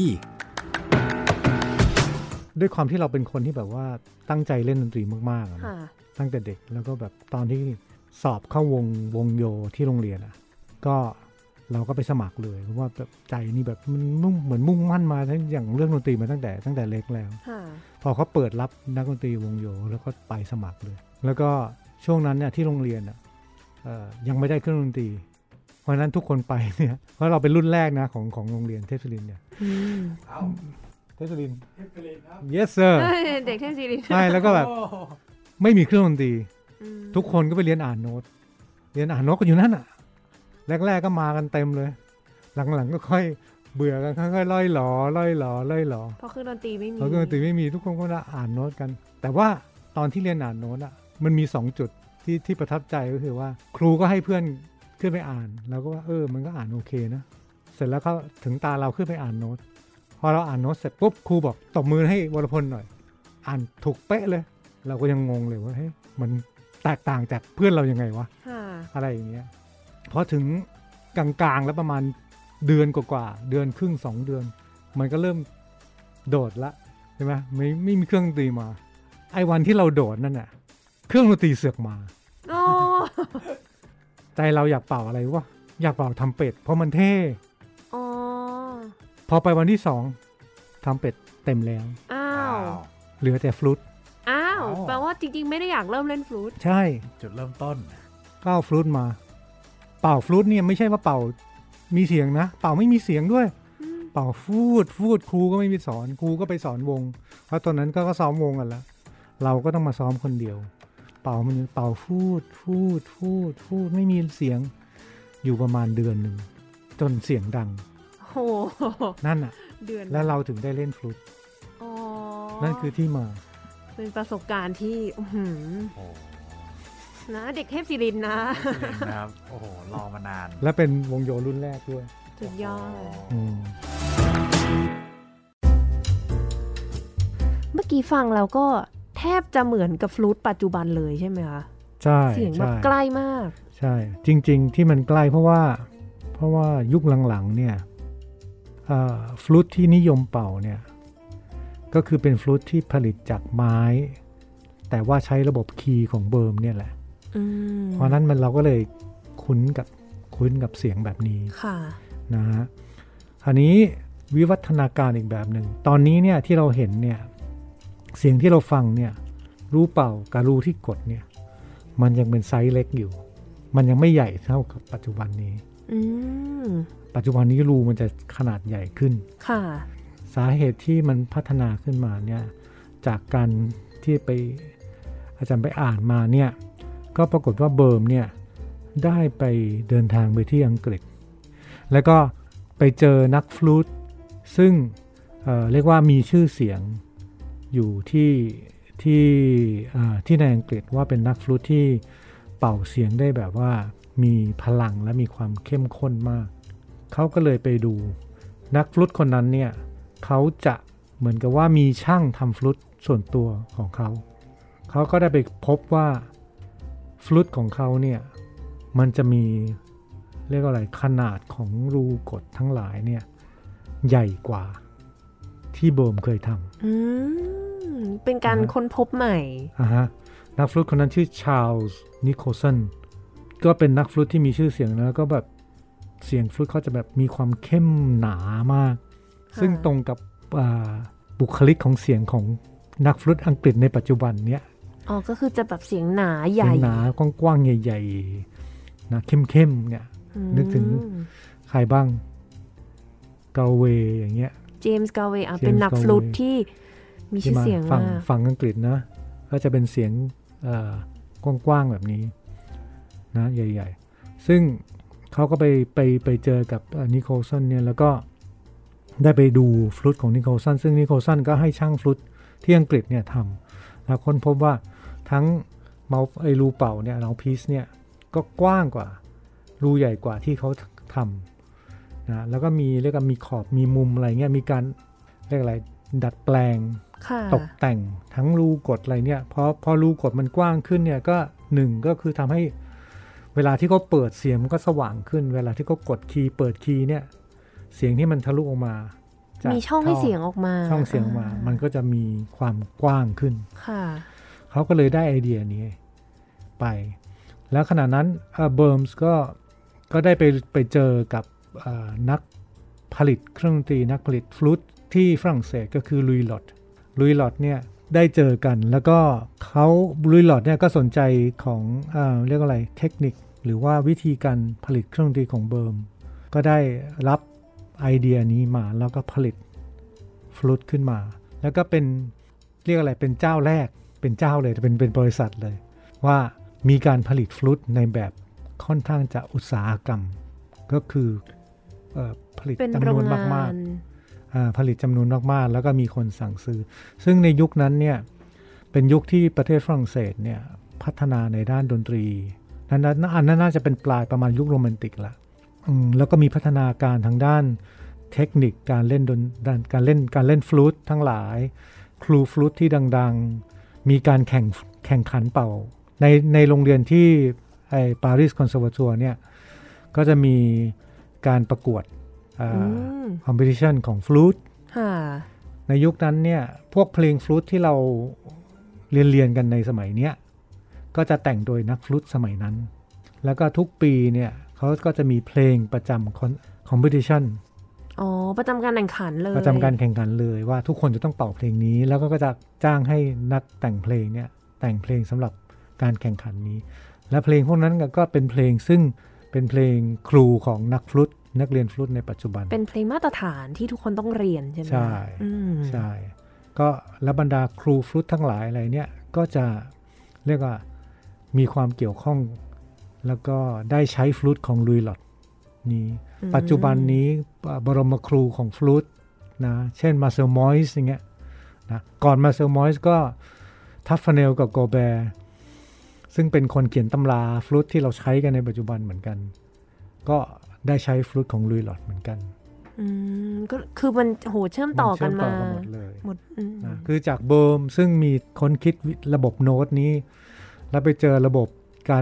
ด้วยความที่เราเป็นคนที่แบบว่าตั้งใจเล่นดนตรีมากๆตั้งแต่เด็กแล้วก็แบบตอนที่สอบเข้าวงโยที่โรงเรียนก็เราก็ไปสมัครเลยเพราะว่าแบบใจนี่แบบมันเหมือนมุ่งมั่นมาทั้งอย่างเรื่องดนตรีมาตั้งแต่เล็กแล้วพอเขาเปิดรับนักดนตรีวงโยแล้วก็ไปสมัครเลยแล้วก็ช่วงนั้นเนี่ยที่โรงเรียนยังไม่ได้เครื่องดนตรีเพราะนั้นทุกคนไปเนี่ยเพราะเราเป็นรุ่นแรกนะของโรงเรียนเทพศิรินทร์เนี่ยเทพศิรินทร์ครับ yes sir เด็กเทพศิรินทร์ใช่แล้วก็แบบไม่มีเครื่องดนตรีทุกคนก็ไปเรียนอ่านโน้ตก็อยู่นั่นแรกๆก็มากันเต็มเลยหลังๆก็ค่อยเบื่อกันค่อยๆล่อยหลอเพราะเครื่องดนตรีไม่มีทุกคนก็อ่านโน้ตกันแต่ว่าตอนที่เรียนอ่านโน้ตมันมี2จุดที่ประทับใจก็คือว่าครูก็ให้เพื่อนขึ้นไปอ่านแล้วก็ว่ามันก็อ่านโอเคนะเสร็จแล้วก็ถึงตาเราขึ้นไปอ่านโน้ตพอเราอ่านโน้ตเสร็จปุ๊บครูบอกตบมือให้วรพลหน่อยอ่านถูกเป๊ะเลยเราก็ยังงงเลยว่าเฮ้ยมันแตกต่างจากเพื่อนเรายังไงวะอะไรอย่างเงี้ยพอถึงกลางๆแล้วประมาณเดือนกว่าเดือนครึ่ง2 เดือนมันก็เริ่มโดดละใช่ไหมไม่มีเครื่องดนตรีมาไอ้วันที่เราโดดนั่นน่ะเครื่องดนตรีเสือกมาใจเราอยากเป่าอะไรวะอยากเป่าทำเป็ดเพราะมันเท่พอไปวันที่2ทำเป็ดเต็มแล้วเหลือแต่ฟลุตแปลว่าจริงๆไม่ได้อยากเริ่มเล่นฟลุตใช่จุดเริ่มต้นก็เอาฟลุตมาเป่าฟลุตเนี่ยไม่ใช่ว่าเป่ามีเสียงนะเป่าไม่มีเสียงด้วยเป่าฟูดครูก็ไม่มีสอนครูก็ไปสอนวงเพราะตอนนั้นก็ซ้อมวงกันแล้วเราก็ต้องมาซ้อมคนเดียวเป่ามันเป่าฟูดไม่มีเสียงอยู่ประมาณเดือนหนึ่งจนเสียงดังนั่นอ่ะเดือนแล้วเราถึงได้เล่นฟลุตนั่นคือที่มาเป็นประสบการณ์ที่นะเด็กเทพศิรินทร์นะครับโอ้โหรอมานานและเป็นวงโยรุ่นแรกด้วยสุดยอดเมื่อกี้ฟังแล้วก็แทบจะเหมือนกับฟลูตปัจจุบันเลยใช่ไหมคะใช่เสียงแบบใกล้มากใช่จริงๆที่มันใกล้เพราะว่ายุคหลังๆเนี่ยฟลูตที่นิยมเป่าเนี่ยก็คือเป็นฟลูตที่ผลิตจากไม้แต่ว่าใช้ระบบคีย์ของเบิร์มเนี่ยแหละเพราะนั้นเราก็เลยคุ้นกับเสียงแบบนี้นะฮะคราวนี้วิวัฒนาการอีกแบบหนึ่งตอนนี้เนี่ยที่เราเห็นเนี่ยเสียงที่เราฟังเนี่ยรูเป่ากับรูที่กดเนี่ยมันยังเป็นไซส์เล็กอยู่มันยังไม่ใหญ่เท่ากับปัจจุบันนี้ปัจจุบันนี้รูมันจะขนาดใหญ่ขึ้นค่ะสาเหตุที่มันพัฒนาขึ้นมาเนี่ยจากการที่ไปอาจารย์ไปอ่านมาเนี่ยก็ปรากฏว่าเบิร์มเนี่ยได้ไปเดินทางไปที่อังกฤษแล้วก็ไปเจอนักฟลูตซึ่งเรียกว่ามีชื่อเสียงอยู่ที่ในอังกฤษว่าเป็นนักฟลูตที่เป่าเสียงได้แบบว่ามีพลังและมีความเข้มข้นมากเขาก็เลยไปดูนักฟลูตคนนั้นเนี่ยเขาจะเหมือนกับว่ามีช่างทำฟลูตส่วนตัวของเขาก็ได้ไปพบว่าฟลูตของเขาเนี่ยมันจะมีเรียกว่าอะไรขนาดของรูกดทั้งหลายเนี่ยใหญ่กว่าที่เบิร์มเคยทำเป็นการค้นพบใหม่นักฟลูตคนนั้นชื่อชาร์ลส์นิโคลสันก็เป็นนักฟลูตที่มีชื่อเสียงแล้วก็แบบเสียงฟลูตเขาจะแบบมีความเข้มหนามากซึ่งตรงกับบุคลิกของเสียงของนักฟลูตอังกฤษในปัจจุบันเนี้ยก็คือจะแบบเสียงหนาใหญ่เสียงหนากว้างๆใหญ่ๆนะเข้มๆเนี่ยนึกถึงใครบ้างเกาเวย์อย่างเงี้ยเจมส์เกาเวย์เป็นนักฟลูตที่มีชื่อเสียงมากฝั่งอังกฤษนะก็จะเป็นเสียงกว้างๆแบบนี้นะใหญ่ๆซึ่งเขาก็ไปเจอกับนิโคลสันเนี่ยแล้วก็ได้ไปดูฟลูตของนิโคลสันซึ่งนิโคลสันก็ให้ช่างฟลูตที่อังกฤษเนี่ยทำแล้วค้นพบว่าทั้งรูเป่าเนี่ยเราพีซเนี่ยก็กว้างกว่ารูใหญ่กว่าที่เขาทำนะแล้วก็เรียกว่ามีขอบมีมุมอะไรเงี้ยมีการเรียกอะไรดัดแปลงตกแต่งทั้งรูกดอะไรเนี่ยพอรูกดมันกว้างขึ้นเนี่ยก็หนึ่งก็คือทำให้เวลาที่เขาเปิดเสียงมันก็สว่างขึ้นเวลาที่เขากดคีย์เปิดคีย์เนี่ยเสียงที่มันทะลุออกมามีช่องให้เสียงออกมาช่องเสียงออกมามันก็จะมีความกว้างขึ้นเขาก็เลยได้ไอเดียนี้ไปแล้วขณะนั้นเบิร์มส์ก็ได้ไปเจอกับนักผลิตเครื่องดนตรีนักผลิตฟลูตที่ฝรั่งเศสก็คือลุยลอตเนี่ยได้เจอกันแล้วก็ลุยลอตเนี่ยก็สนใจของเรียกอะไรเทคนิคหรือว่าวิธีการผลิตเครื่องดนตรีของเบิร์มก็ได้รับไอเดียนี้มาแล้วก็ผลิตฟลูตขึ้นมาแล้วก็เป็นเรียกอะไรเป็นเจ้าแรกเป็นเจ้าเลยเป็นบริษัทเลยว่ามีการผลิตฟลูตในแบบค่อนข้างจะอุตสาหกรรมก็คือผลิตจำนวนมากๆผลิตจำนวนมากๆแล้วก็มีคนสั่งซื้อซึ่งในยุคนั้นเนี่ยเป็นยุคที่ประเทศฝรั่งเศสเนี่ยพัฒนาในด้านดนตรีนั้นน่าจะเป็นปลายประมาณยุคโรแมนติกละแล้วก็มีพัฒนาการทางด้านเทคนิคการเล่นการเล่นฟลูตทั้งหลายครูฟลูตที่ดังๆมีการแข่งขันเป่าในโรงเรียนที่ปารีสคอนเสิร์วาทัวร์เนี่ยก็จะมีการประกวดคอมเพทิชันของฟลูตในยุคนั้นเนี่ยพวกเพลงฟลูตที่เราเรียนกันในสมัยเนี้ยก็จะแต่งโดยนักฟลูตสมัยนั้นแล้วก็ทุกปีเนี่ยเขาก็จะมีเพลงประจำคอมเพทิชันประจำการแข่งขันเลยประจำการแข่งขันเลยว่าทุกคนจะต้องเป่าเพลงนี้แล้วก็จะจ้างให้นักแต่งเพลงเนี่ยแต่งเพลงสำหรับการแข่งขันนี้และเพลงพวกนั้นก็เป็นเพลงซึ่งเป็นเพลงครูของนักฟลูตนักเรียนฟลูตในปัจจุบันเป็นเพลงมาตรฐานที่ทุกคนต้องเรียนใช่ไหมใช่ก็และบรรดาครูฟลูตทั้งหลายอะไรเนี่ยก็จะเรียกว่ามีความเกี่ยวข้องแล้วก็ได้ใช้ฟลูตของลุยลอตนี้ปัจจุบันนี้บรมครูของฟลูตนะเช่นมาเซลมอยส์อย่างเงี้ยนะก่อนมาเซลมอยส์ก็ทัฟฟาเนลกับโกแบร์ซึ่งเป็นคนเขียนตำราฟลูตที่เราใช้กันในปัจจุบันเหมือนกันก็ได้ใช้ฟลูตของลุยลอดเหมือนกันก็คือมันโหเชื่อมต่อกันมาหมดเลยหมดคือจากเบิร์มซึ่งมีคนคิดระบบโน้ตนี้แล้วไปเจอระบบการ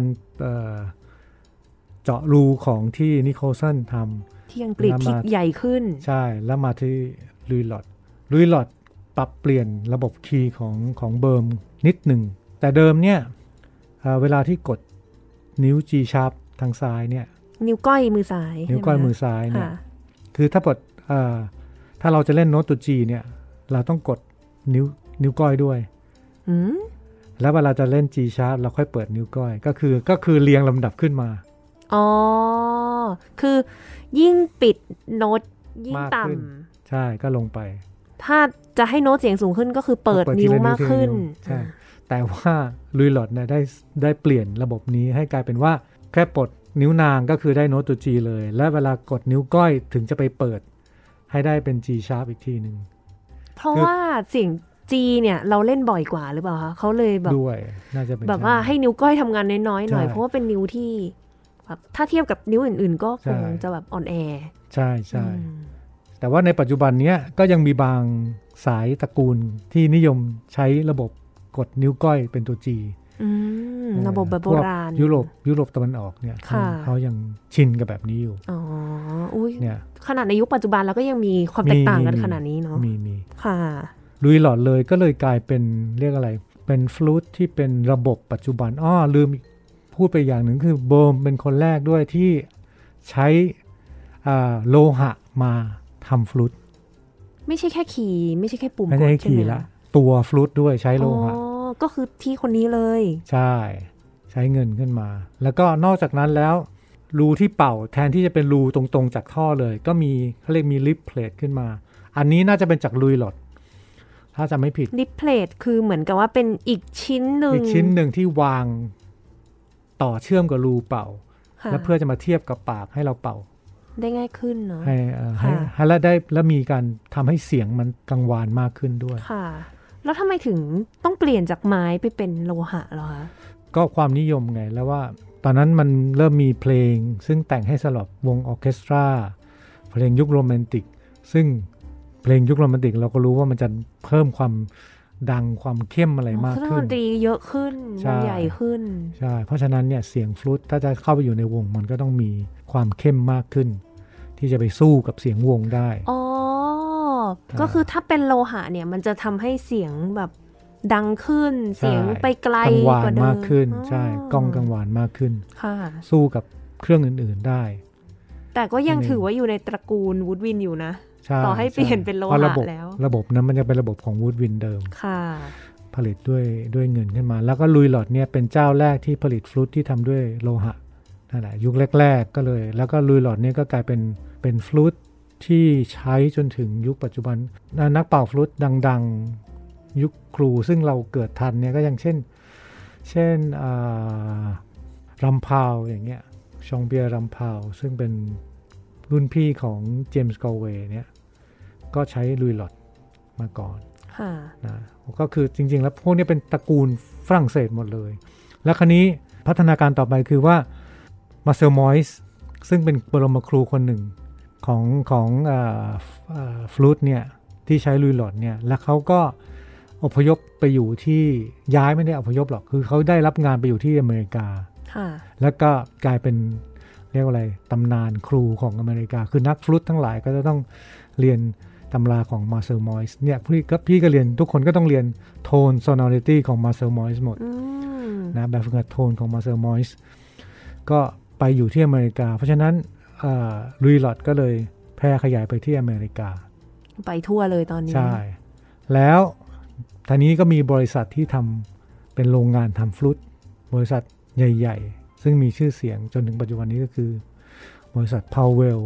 เจาะรูของที่นิโคลสันทำที่อังกฤษคิดใหญ่ขึ้นใช่แล้วมาที่ลุยลอดปรับเปลี่ยนระบบคีย์ของเบิร์มนิดหนึ่งแต่เดิมเนี่ยเวลาที่กดนิ้ว G sharp ทางซ้ายเนี่ยนิ้วก้อยมือซ้ายนิ้วก้อยมือซ้ายเนี่ยคือถ้าเราจะเล่นโน้ตตัว G เนี่ยเราต้องกดนิ้วก้อยด้วยแล้วเวลาจะเล่น G sharp เราค่อยเปิดนิ้วก้อยก็คือเรียงลำดับขึ้นมาอ๋อคือยิ่งปิดโน้ตยิ่งต่ำใช่ก็ลงไปถ้าจะให้โน้ตเสียงสูงขึ้นก็คือเปิดนิ้วมากขึ้นใช่แต่ว่าลุยลอดเนี่ยได้เปลี่ยนระบบนี้ให้กลายเป็นว่าแค่ปลดนิ้วนางก็คือได้โน้ตตัว G เลยและเวลากดนิ้วก้อยถึงจะไปเปิดให้ได้เป็น G sharp อีกทีนึงเพราะว่าเสียง G เนี่ยเราเล่นบ่อยกว่าหรือเปล่าคะเขาเลยแบบด้วยน่าจะเป็นแบบว่าให้นิ้วก้อยทำงานน้อยๆหน่อยเพราะว่าเป็นนิ้วที่แบบถ้าเทียบกับนิ้วอื่นๆก็คงจะแบบอ่อนแอใช่แต่ว่าในปัจจุบันนี้ก็ยังมีบางสายตระกูลที่นิยมใช้ระบบกดนิ้วก้อยเป็นตัว G ระบบแบบโบราณยุโรปตะวันออกเนี่ยเขายังชินกับแบบนี้อยู่อ๋ออุ้ยเนี่ยขนาดในยุคปัจจุบันแล้วก็ยังมีความแตกต่างกันขนาดนี้เนาะมีค่ะลุยหลอดเลยก็เลยกลายเป็นเรียกอะไรเป็นฟลูตที่เป็นระบบปัจจุบันลืมพูดไปอย่างหนึ่งคือเบิร์มเป็นคนแรกด้วยที่ใช้โลหะมาทำฟลูตไม่ใช่แค่คีย์ไม่ใช่แค่ปุ่มไม่ใช่คีย์ละตัวฟลูตด้วยใช้โลหะก็คือที่คนนี้เลยใช่ใช้เงินขึ้นมาแล้วก็นอกจากนั้นแล้วรูที่เป่าแทนที่จะเป็นรูตรงๆจากท่อเลยก็มีเขาเรียกมีลิปเพลทขึ้นมาอันนี้น่าจะเป็นจากลุยลอดถ้าจำไม่ผิดลิปเพลทคือเหมือนกับว่าเป็นอีกชิ้นหนึ่งที่วางต่อเชื่อมกับรูเป่าแล้วเพื่อจะมาเทียบกับปากให้เราเป่าได้ง่ายขึ้นเนาะให้แล้วมีการทำให้เสียงมันกังวานมากขึ้นด้วยค่ะแล้วทำไมถึงต้องเปลี่ยนจากไม้ไปเป็นโลหะเหรอคะก็ความนิยมไงแล้วว่าตอนนั้นมันเริ่มมีเพลงซึ่งแต่งให้สำหรับวงออร์เคสตราเพลงยุคโรแมนติกซึ่งเพลงยุคโรแมนติกเราก็รู้ว่ามันจะเพิ่มความดังความเข้มอะไรมากขึ้นดนตรีเยอะขึ้นใหญ่ขึ้นใช่เพราะฉะนั้นเนี่ยเสียงฟลูตถ้าจะเข้าไปอยู่ในวงมันก็ต้องมีความเข้มมากขึ้นที่จะไปสู้กับเสียงวงได้ก็คือถ้าเป็นโลหะเนี่ยมันจะทำให้เสียงแบบดังขึ้นเสียงไปไกลกว่าเดิมมากขึ้นใช่ก้องกังวานมากขึ้นสู้กับเครื่องอื่นๆได้แต่ก็ยังถือว่าอยู่ในตระกูลวูดวินอยู่นะต่อให้เปลี่ยนเป็นโลหะแล้วระบบนั้นมันจะเป็นระบบของวูดวินเดิมผลิตด้วยเงินขึ้นมาแล้วก็ลุยลอดเนี่ยเป็นเจ้าแรกที่ผลิตฟลูตที่ทำด้วยโลหะนั่นแหละยุคแรกๆก็เลยแล้วก็ลุยลอดเนี่ยก็กลายเป็นฟลูตที่ใช้จนถึงยุคปัจจุบันนักเป่าฟลูตดังๆยุคครูซึ่งเราเกิดทันเนี่ยก็อย่างเช่นรัมพาวอย่างเงี้ยชองเบียร์รัมพาวซึ่งเป็นรุ่นพี่ของเจมส์กอลเวย์เนี่ยก็ใช้ลุยลอดมาก่อนนะก็คือจริงๆแล้วพวกนี้เป็นตระกูลฝรั่งเศสหมดเลยแล้วคราวนี้พัฒนาการต่อไปคือว่ามาเซลมอยส์ซึ่งเป็นบรมครูคนหนึ่งของฟลูตเนี่ยที่ใช้ลุยลอดเนี่ยแล้วเขาก็อพยพไปอยู่ที่ย้ายไม่ได้อพยพหรอกคือเขาได้รับงานไปอยู่ที่อเมริกาแล้วก็กลายเป็นเรียกว่าอะไรตำนานครูของอเมริกาคือนักฟลูตทั้งหลายก็จะต้องเรียนตำราของมาเซลมอยส์เนี่ยพี่ก็เรียนทุกคนก็ต้องเรียนโทนโซนอริตี้ของมาเซลมอยส์หมดนะแบบฝึกหัดโทนของมาเซลมอยส์ก็ไปอยู่ที่อเมริกาเพราะฉะนั้นลุยลอดก็เลยแพร่ขยายไปที่อเมริกาไปทั่วเลยตอนนี้ใช่แล้วทีนี้ก็มีบริษัทที่ทำเป็นโรงงานทำฟลูตบริษัทใหญ่ๆซึ่งมีชื่อเสียงจนถึงปัจจุบันนี้ก็คือบริษัท Powell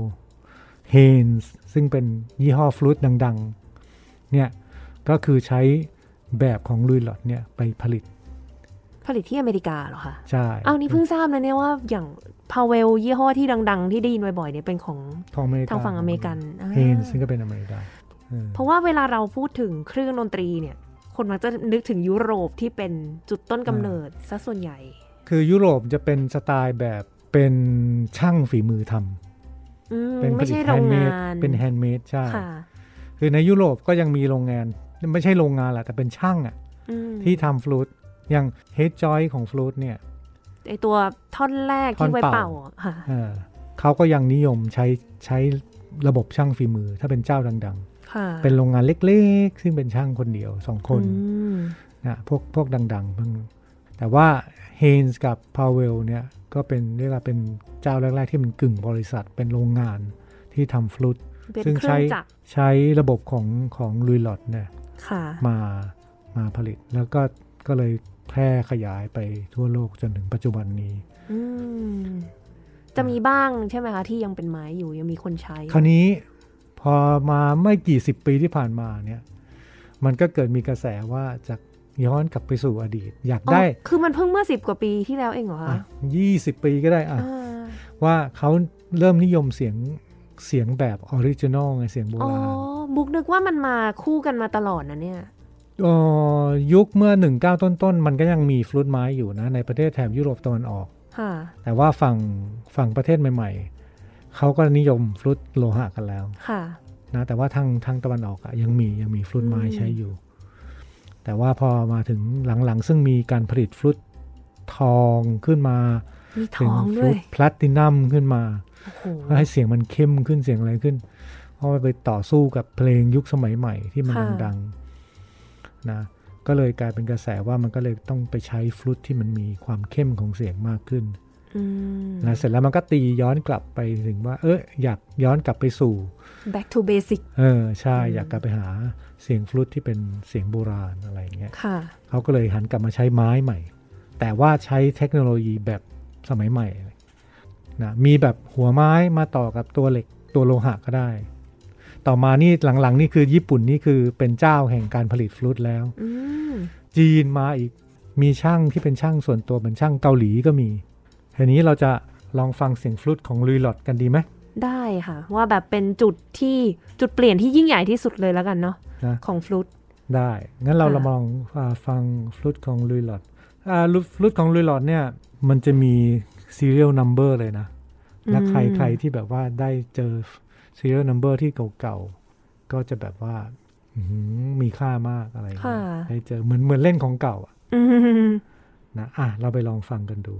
Haynes ซึ่งเป็นยี่ห้อฟลูตดังๆเนี่ยก็คือใช้แบบของลุยลอดเนี่ยไปผลิตผลิตที่อเมริกาเหรอคะใช่อ้าวนี่เพิ่งทราบนะเนี่ยว่าอย่างพาวเวลยี่ห้อที่ดังๆที่ได้ยินบ่อยๆเนี่ยเป็นของทางฝั่งอเมริกันเฮนซึ่งก็เป็นอเมริกาเพราะว่าเวลาเราพูดถึงเครื่องดนตรีเนี่ยคนมักจะนึกถึงยุโรปที่เป็นจุดต้นกำเนิดซะส่วนใหญ่คือยุโรปจะเป็นสไตล์แบบเป็นช่างฝีมือทำเป็นไม่ใช่โรงงานเป็นแฮนด์เมดใช่คือในยุโรปก็ยังมีโรงงานไม่ใช่โรงงานแหละแต่เป็นช่างอ่ะที่ทำฟลูตอย่างเฮดจอยของฟลูตเนี่ยไอตัวท่อนแรกที่ไว้เป่าค่ะเขาก็ยังนิยมใช้ระบบช่างฝีมือถ้าเป็นเจ้าดังๆเป็นโรงงานเล็กๆซึ่งเป็นช่างคนเดียว2คนนะพวกดังๆแต่ว่าเฮนส์กับพาวเวลเนี่ยก็เป็นเรียกว่าเป็นเจ้าแรกๆที่มันกึ่งบริษัทเป็นโรงงานที่ทำฟลูตซึ่งใช้ระบบของลุยลอดเนี่ยมาผลิตแล้วก็เลยแพร่ขยายไปทั่วโลกจนถึงปัจจุบันนี้จะมีบ้างใช่ไหมคะที่ยังเป็นไม้อยู่ยังมีคนใช้คราวนี้พอมาไม่กี่10ปีที่ผ่านมาเนี่ยมันก็เกิดมีกระแสว่าจากย้อนกลับไปสู่อดีตอยากได้คือมันเพิ่งเมื่อ10กว่าปีที่แล้วเองเหรอคะ 20ปีก็ได้ว่าเขาเริ่มนิยมเสียงแบบออริจินอลไงเสียงโบราณบุ๊กนึกว่ามันมาคู่กันมาตลอดนะเนี่ยยุคเมื่อ19ต้นมันก็ยังมีฟลูตไม้อยู่นะในประเทศแถบยุโรปตะวันออกแต่ว่าฝั่งประเทศใหม่ๆเขาก็นิยมฟลูตโลหะกันแล้วนะแต่ว่าทางตะวันออกยังมีฟลูตไม้ใช้อยู่แต่ว่าพอมาถึงหลังๆซึ่งมีการผลิตฟลูตทองขึ้นมาถึงฟลูตแพลตินัมขึ้นมาให้เสียงมันเข้มขึ้นเสียงอะไรขึ้นเพราะไปต่อสู้กับเพลงยุคสมัยใหม่ที่มันดังๆนะก็เลยกลายเป็นกระแสว่ามันก็เลยต้องไปใช้ฟลูตที่มันมีความเข้มของเสียงมากขึ้นนะเสร็จแล้วมันก็ตีย้อนกลับไปถึงว่าอยากย้อนกลับไปสู่ back to basic ใช่อยากกลับไปหาเสียงฟลูตที่เป็นเสียงโบราณอะไรอย่างเงี้ยเขาก็เลยหันกลับมาใช้ไม้ใหม่แต่ว่าใช้เทคโนโลยีแบบสมัยใหม่นะมีแบบหัวไม้มาต่อกับตัวเหล็กตัวโลหะก็ได้ต่อมานี่หลังๆนี่คือญี่ปุ่นนี่คือเป็นเจ้าแห่งการผลิตฟลูตแล้วจีนมาอีกมีช่างที่เป็นช่างส่วนตัวเป็นช่างเกาหลีก็มีทีนี้เราจะลองฟังเสียงฟลูตของลุยลอดกันดีไหมได้ค่ะว่าแบบเป็นจุดเปลี่ยนที่ยิ่งใหญ่ที่สุดเลยแล้วกันเนาะของฟลูตได้งั้นเราลองฟังฟลูตของลุยลอดฟลูตของลุยลอดเนี่ยมันจะมี serial number เลยนะและใครที่แบบว่าได้เจอ serial number ที่เก่าๆก็จะแบบว่ามีค่ามากอะไรได้เจอเหมือนเล่นของเก่านะเราไปลองฟังกันดู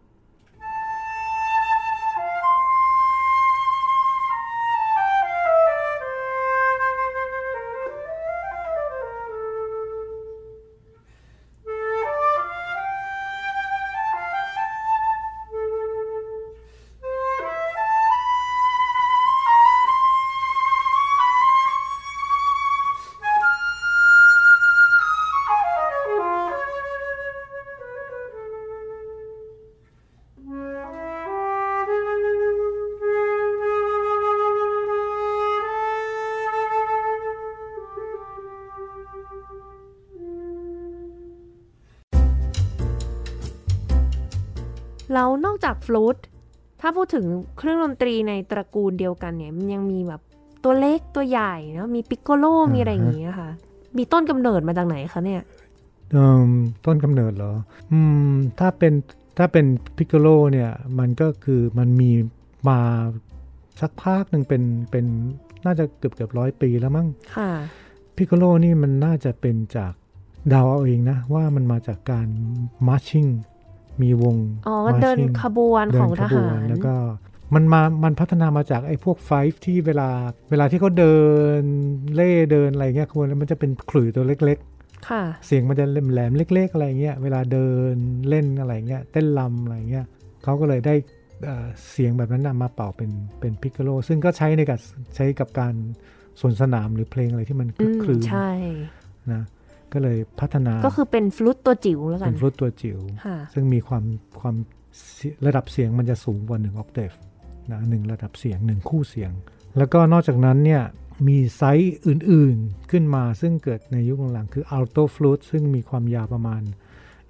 แล้วนอกจากฟลูตถ้าพูดถึงเครื่องดนตรีในตระกูลเดียวกันเนี่ยมันยังมีแบบตัวเล็กตัวใหญ่เนาะมีปิกโกโลมีอะไรอย่างงี้ค่ะมีต้นกำเนิดมาจากไหนคะเนี่ยต้นกำเนิดเหรอถ้าเป็นปิกโกโลเนี่ยมันก็คือมันมีมาสักพักหนึ่งเป็นน่าจะเกือบ100 ปีแล้วมั้งค่ะปิกโกโลนี่มันน่าจะเป็นจากเดาเอาเองนะว่ามันมาจากการมาร์ชิ่งมีวงเดินขบวนของทหารแล้วก็มันพัฒนามาจากไอ้พวกไฟฟ์ที่เวลาที่เขาเดินเล่เดินอะไรเงี้ยขบวนแล้วมันจะเป็นขลุ่ยตัวเล็กๆค่ะเสียงมันจะแหลมๆเล็กๆอะไรเงี้ยเวลาเดินเล่นอะไรเงี้ยเต้นรำอะไรเงี้ยเขาก็เลยได้เสียงแบบนั้นมาเป่าเป็นพิกโกโลซึ่งก็ใช้กับการสวนสนามหรือเพลงอะไรที่มันคลึกครื้นใช่นะก็เลยพัฒนาก็คือเป็นฟลุตตัวจิ๋วแล้วกันเป็นฟลุตตัวจิ๋วซึ่งมีความระดับเสียงมันจะสูงกว่า1 ออกเทฟนะ1ระดับเสียง1คู่เสียงแล้วก็นอกจากนั้นเนี่ยมีไซส์อื่นๆขึ้นมาซึ่งเกิดในยุคหลังๆคืออัลโตฟลูตซึ่งมีความยาวประมาณ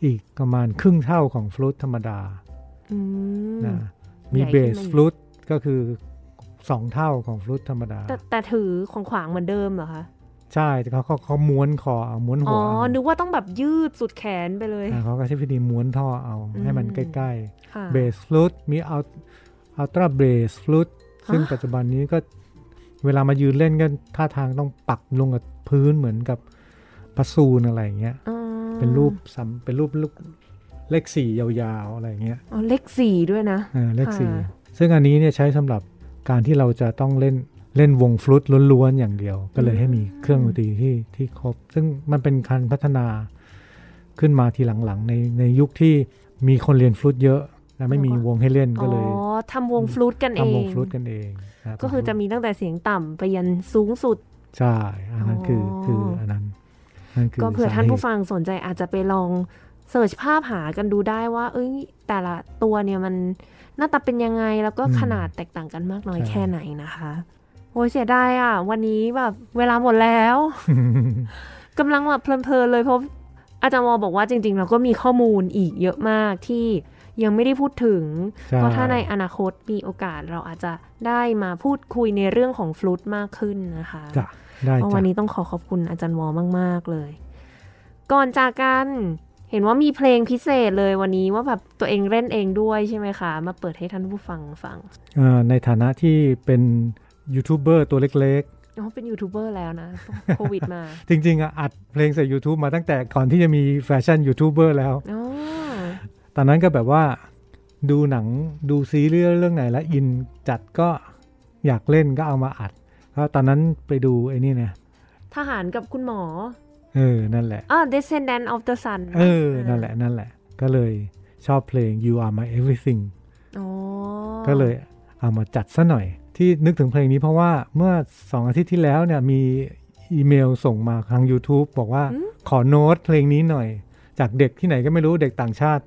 อีกประมาณครึ่งเท่าของฟลูตธรรมดานะมีเบสฟลูตก็คือ2เท่าของฟลูตธรรมดาแต่ถือของขวางเหมือนเดิมเหรอคะใช่เขาม้วนคอเอาม้วนหัวนึกว่าต้องแบบยืดสุดแขนไปเลยเขาก็ใช้วิธีม้วนท่อเอาให้มันใกล้ๆเบสฟลูตมีอัลตร้าเบสฟลูตซึ่งปัจจุบันนี้ก็เวลามายืนเล่นก็ท่าทางต้องปักลงกับพื้นเหมือนกับปะซูนอะไรอย่างเงี้ยเป็นรูปเลข4ยาวๆอะไรอย่างเงี้ยเลข4ด้วยนะเลข4ซึ่งอันนี้เนี่ยใช้สำหรับการที่เราจะต้องเล่นวงฟลุตล้วนๆอย่างเดียวก็เลยให้มีเครื่องดนตรีที่ครบซึ่งมันเป็นการพัฒนาขึ้นมาทีหลังๆในยุคที่มีคนเรียนฟลุตเยอะและไม่มีวงให้เล่นก็เลยทำวงฟลุตกันเองทำวงฟลุตกันเองก็คือจะมีตั้งแต่เสียงต่ำไปยันสูงสุดใช่อันนั้นคืออันนั้นก็เผื่อท่านผู้ฟังสนใจอาจจะไปลองเสิร์ชภาพหากันดูได้ว่าแต่ละตัวเนี่ยมันหน้าตาเป็นยังไงแล้วก็ขนาดแตกต่างกันมากน้อยแค่ไหนนะคะโอ้ยเสียดายอ่ะวันนี้แบบเวลาหมดแล้ว กำลังแบบเพลินๆเลยเพราะอาจารย์วอบอกว่าจริงๆเราก็มีข้อมูลอีกเยอะมากที่ยังไม่ได้พูดถึงเพราะถ้าในอนาคตมีโอกาสเราอาจจะได้มาพูดคุยในเรื่องของฟลูตมากขึ้นนะคะวันนี้ต้องขอบคุณอาจารย์วอมากๆเลยก่อนจากกันเห็นว่ามีเพลงพิเศษเลยวันนี้ว่าแบบตัวเองเล่นเองด้วยใช่ไหมคะมาเปิดให้ท่านผู้ฟังฟังในฐานะที่เป็นยูทูบเบอร์ตัวเล็กๆเป็นยูทูบเบอร์แล้วนะโควิดมาจริงๆอัดเพลงใส่ YouTube มาตั้งแต่ก่อนที่จะมีแฟชั่นยูทูบเบอร์แล้วตอนนั้นก็แบบว่าดูหนังดูซีรีส์เรื่องไหนแล้วอินจัดก็อยากเล่นก็เอามาอัดแล้วตอนนั้นไปดูไอ้นี่เนี่ยทหารกับคุณหมอนั่นแหละ Descendant of the Sun นั่นแหละก็เลยชอบเพลง You Are My Everything ก็เลยเอามาจัดซะหน่อยที่นึกถึงเพลงนี้เพราะว่าเมื่อ2อาทิตย์ที่แล้วเนี่ยมีอีเมลส่งมาทาง YouTube บอกว่าขอโน้ตเพลงนี้หน่อยจากเด็กที่ไหนก็ไม่รู้เด็กต่างชาติ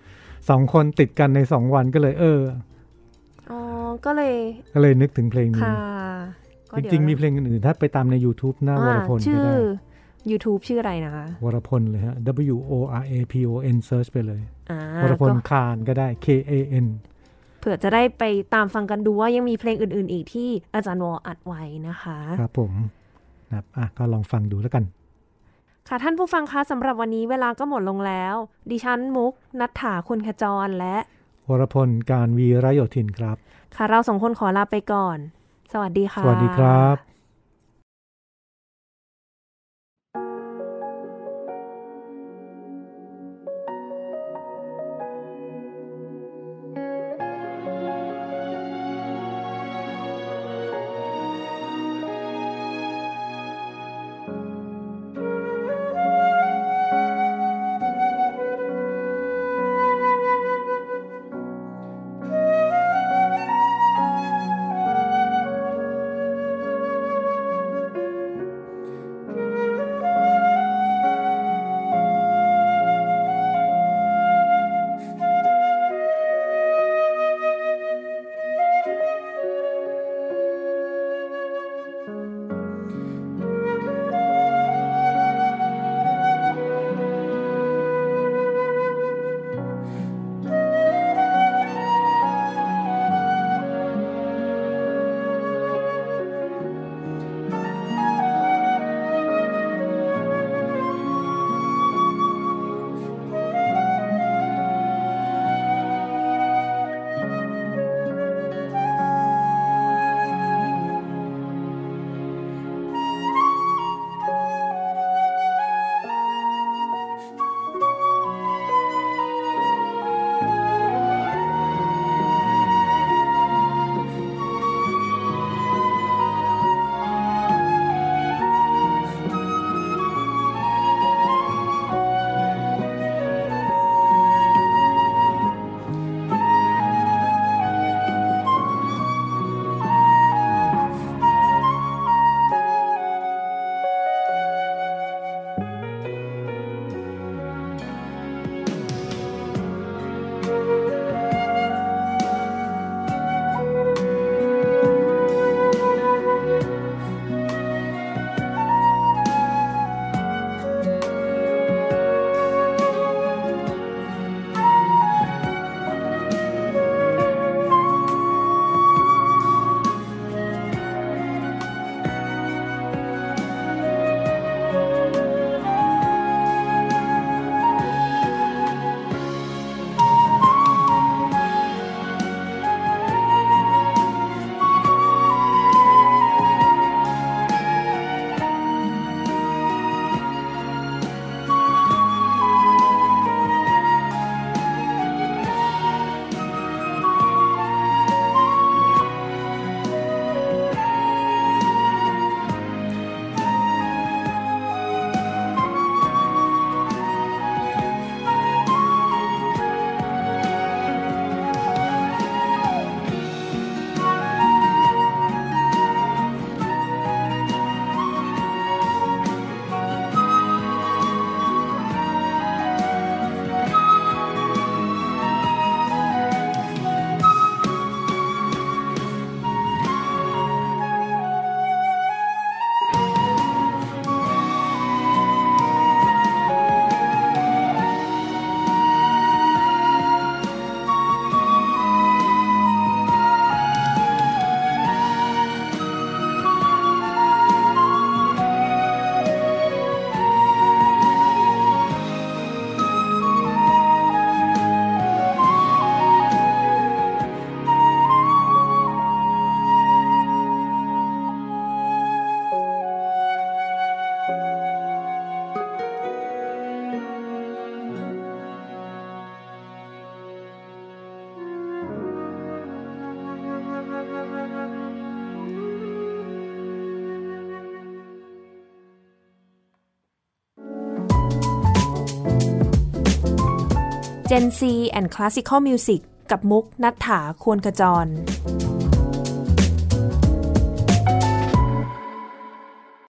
2คนติดกันใน2วันก็เลยก็เลยนึกถึงเพลงนี้จริงๆมีเพลงอื่นๆถ้าไปตามใน YouTube หน้าวรพลก็ได้ YouTube ชื่ออะไรนะคะวรพลเลยฮะ WORAPON search ไปเลยวรพลคานก็ได้ KAN เผื่อจะได้ไปตามฟังกันดูว่ายังมีเพลงอื่นๆอีกที่อาจารย์วออัดไว้นะคะครับผมก็ลองฟังดูแล้วกันค่ะท่านผู้ฟังคะสำหรับวันนี้เวลาก็หมดลงแล้วดิฉันมุกณัฐฐาคุณขจรและวรพลการวีระโยธินครับค่ะเรา2คนขอลาไปก่อนสวัสดีค่ะสวัสดีครับ Gen Z and Classical Music กับมุกณัฐฐา ควรขจร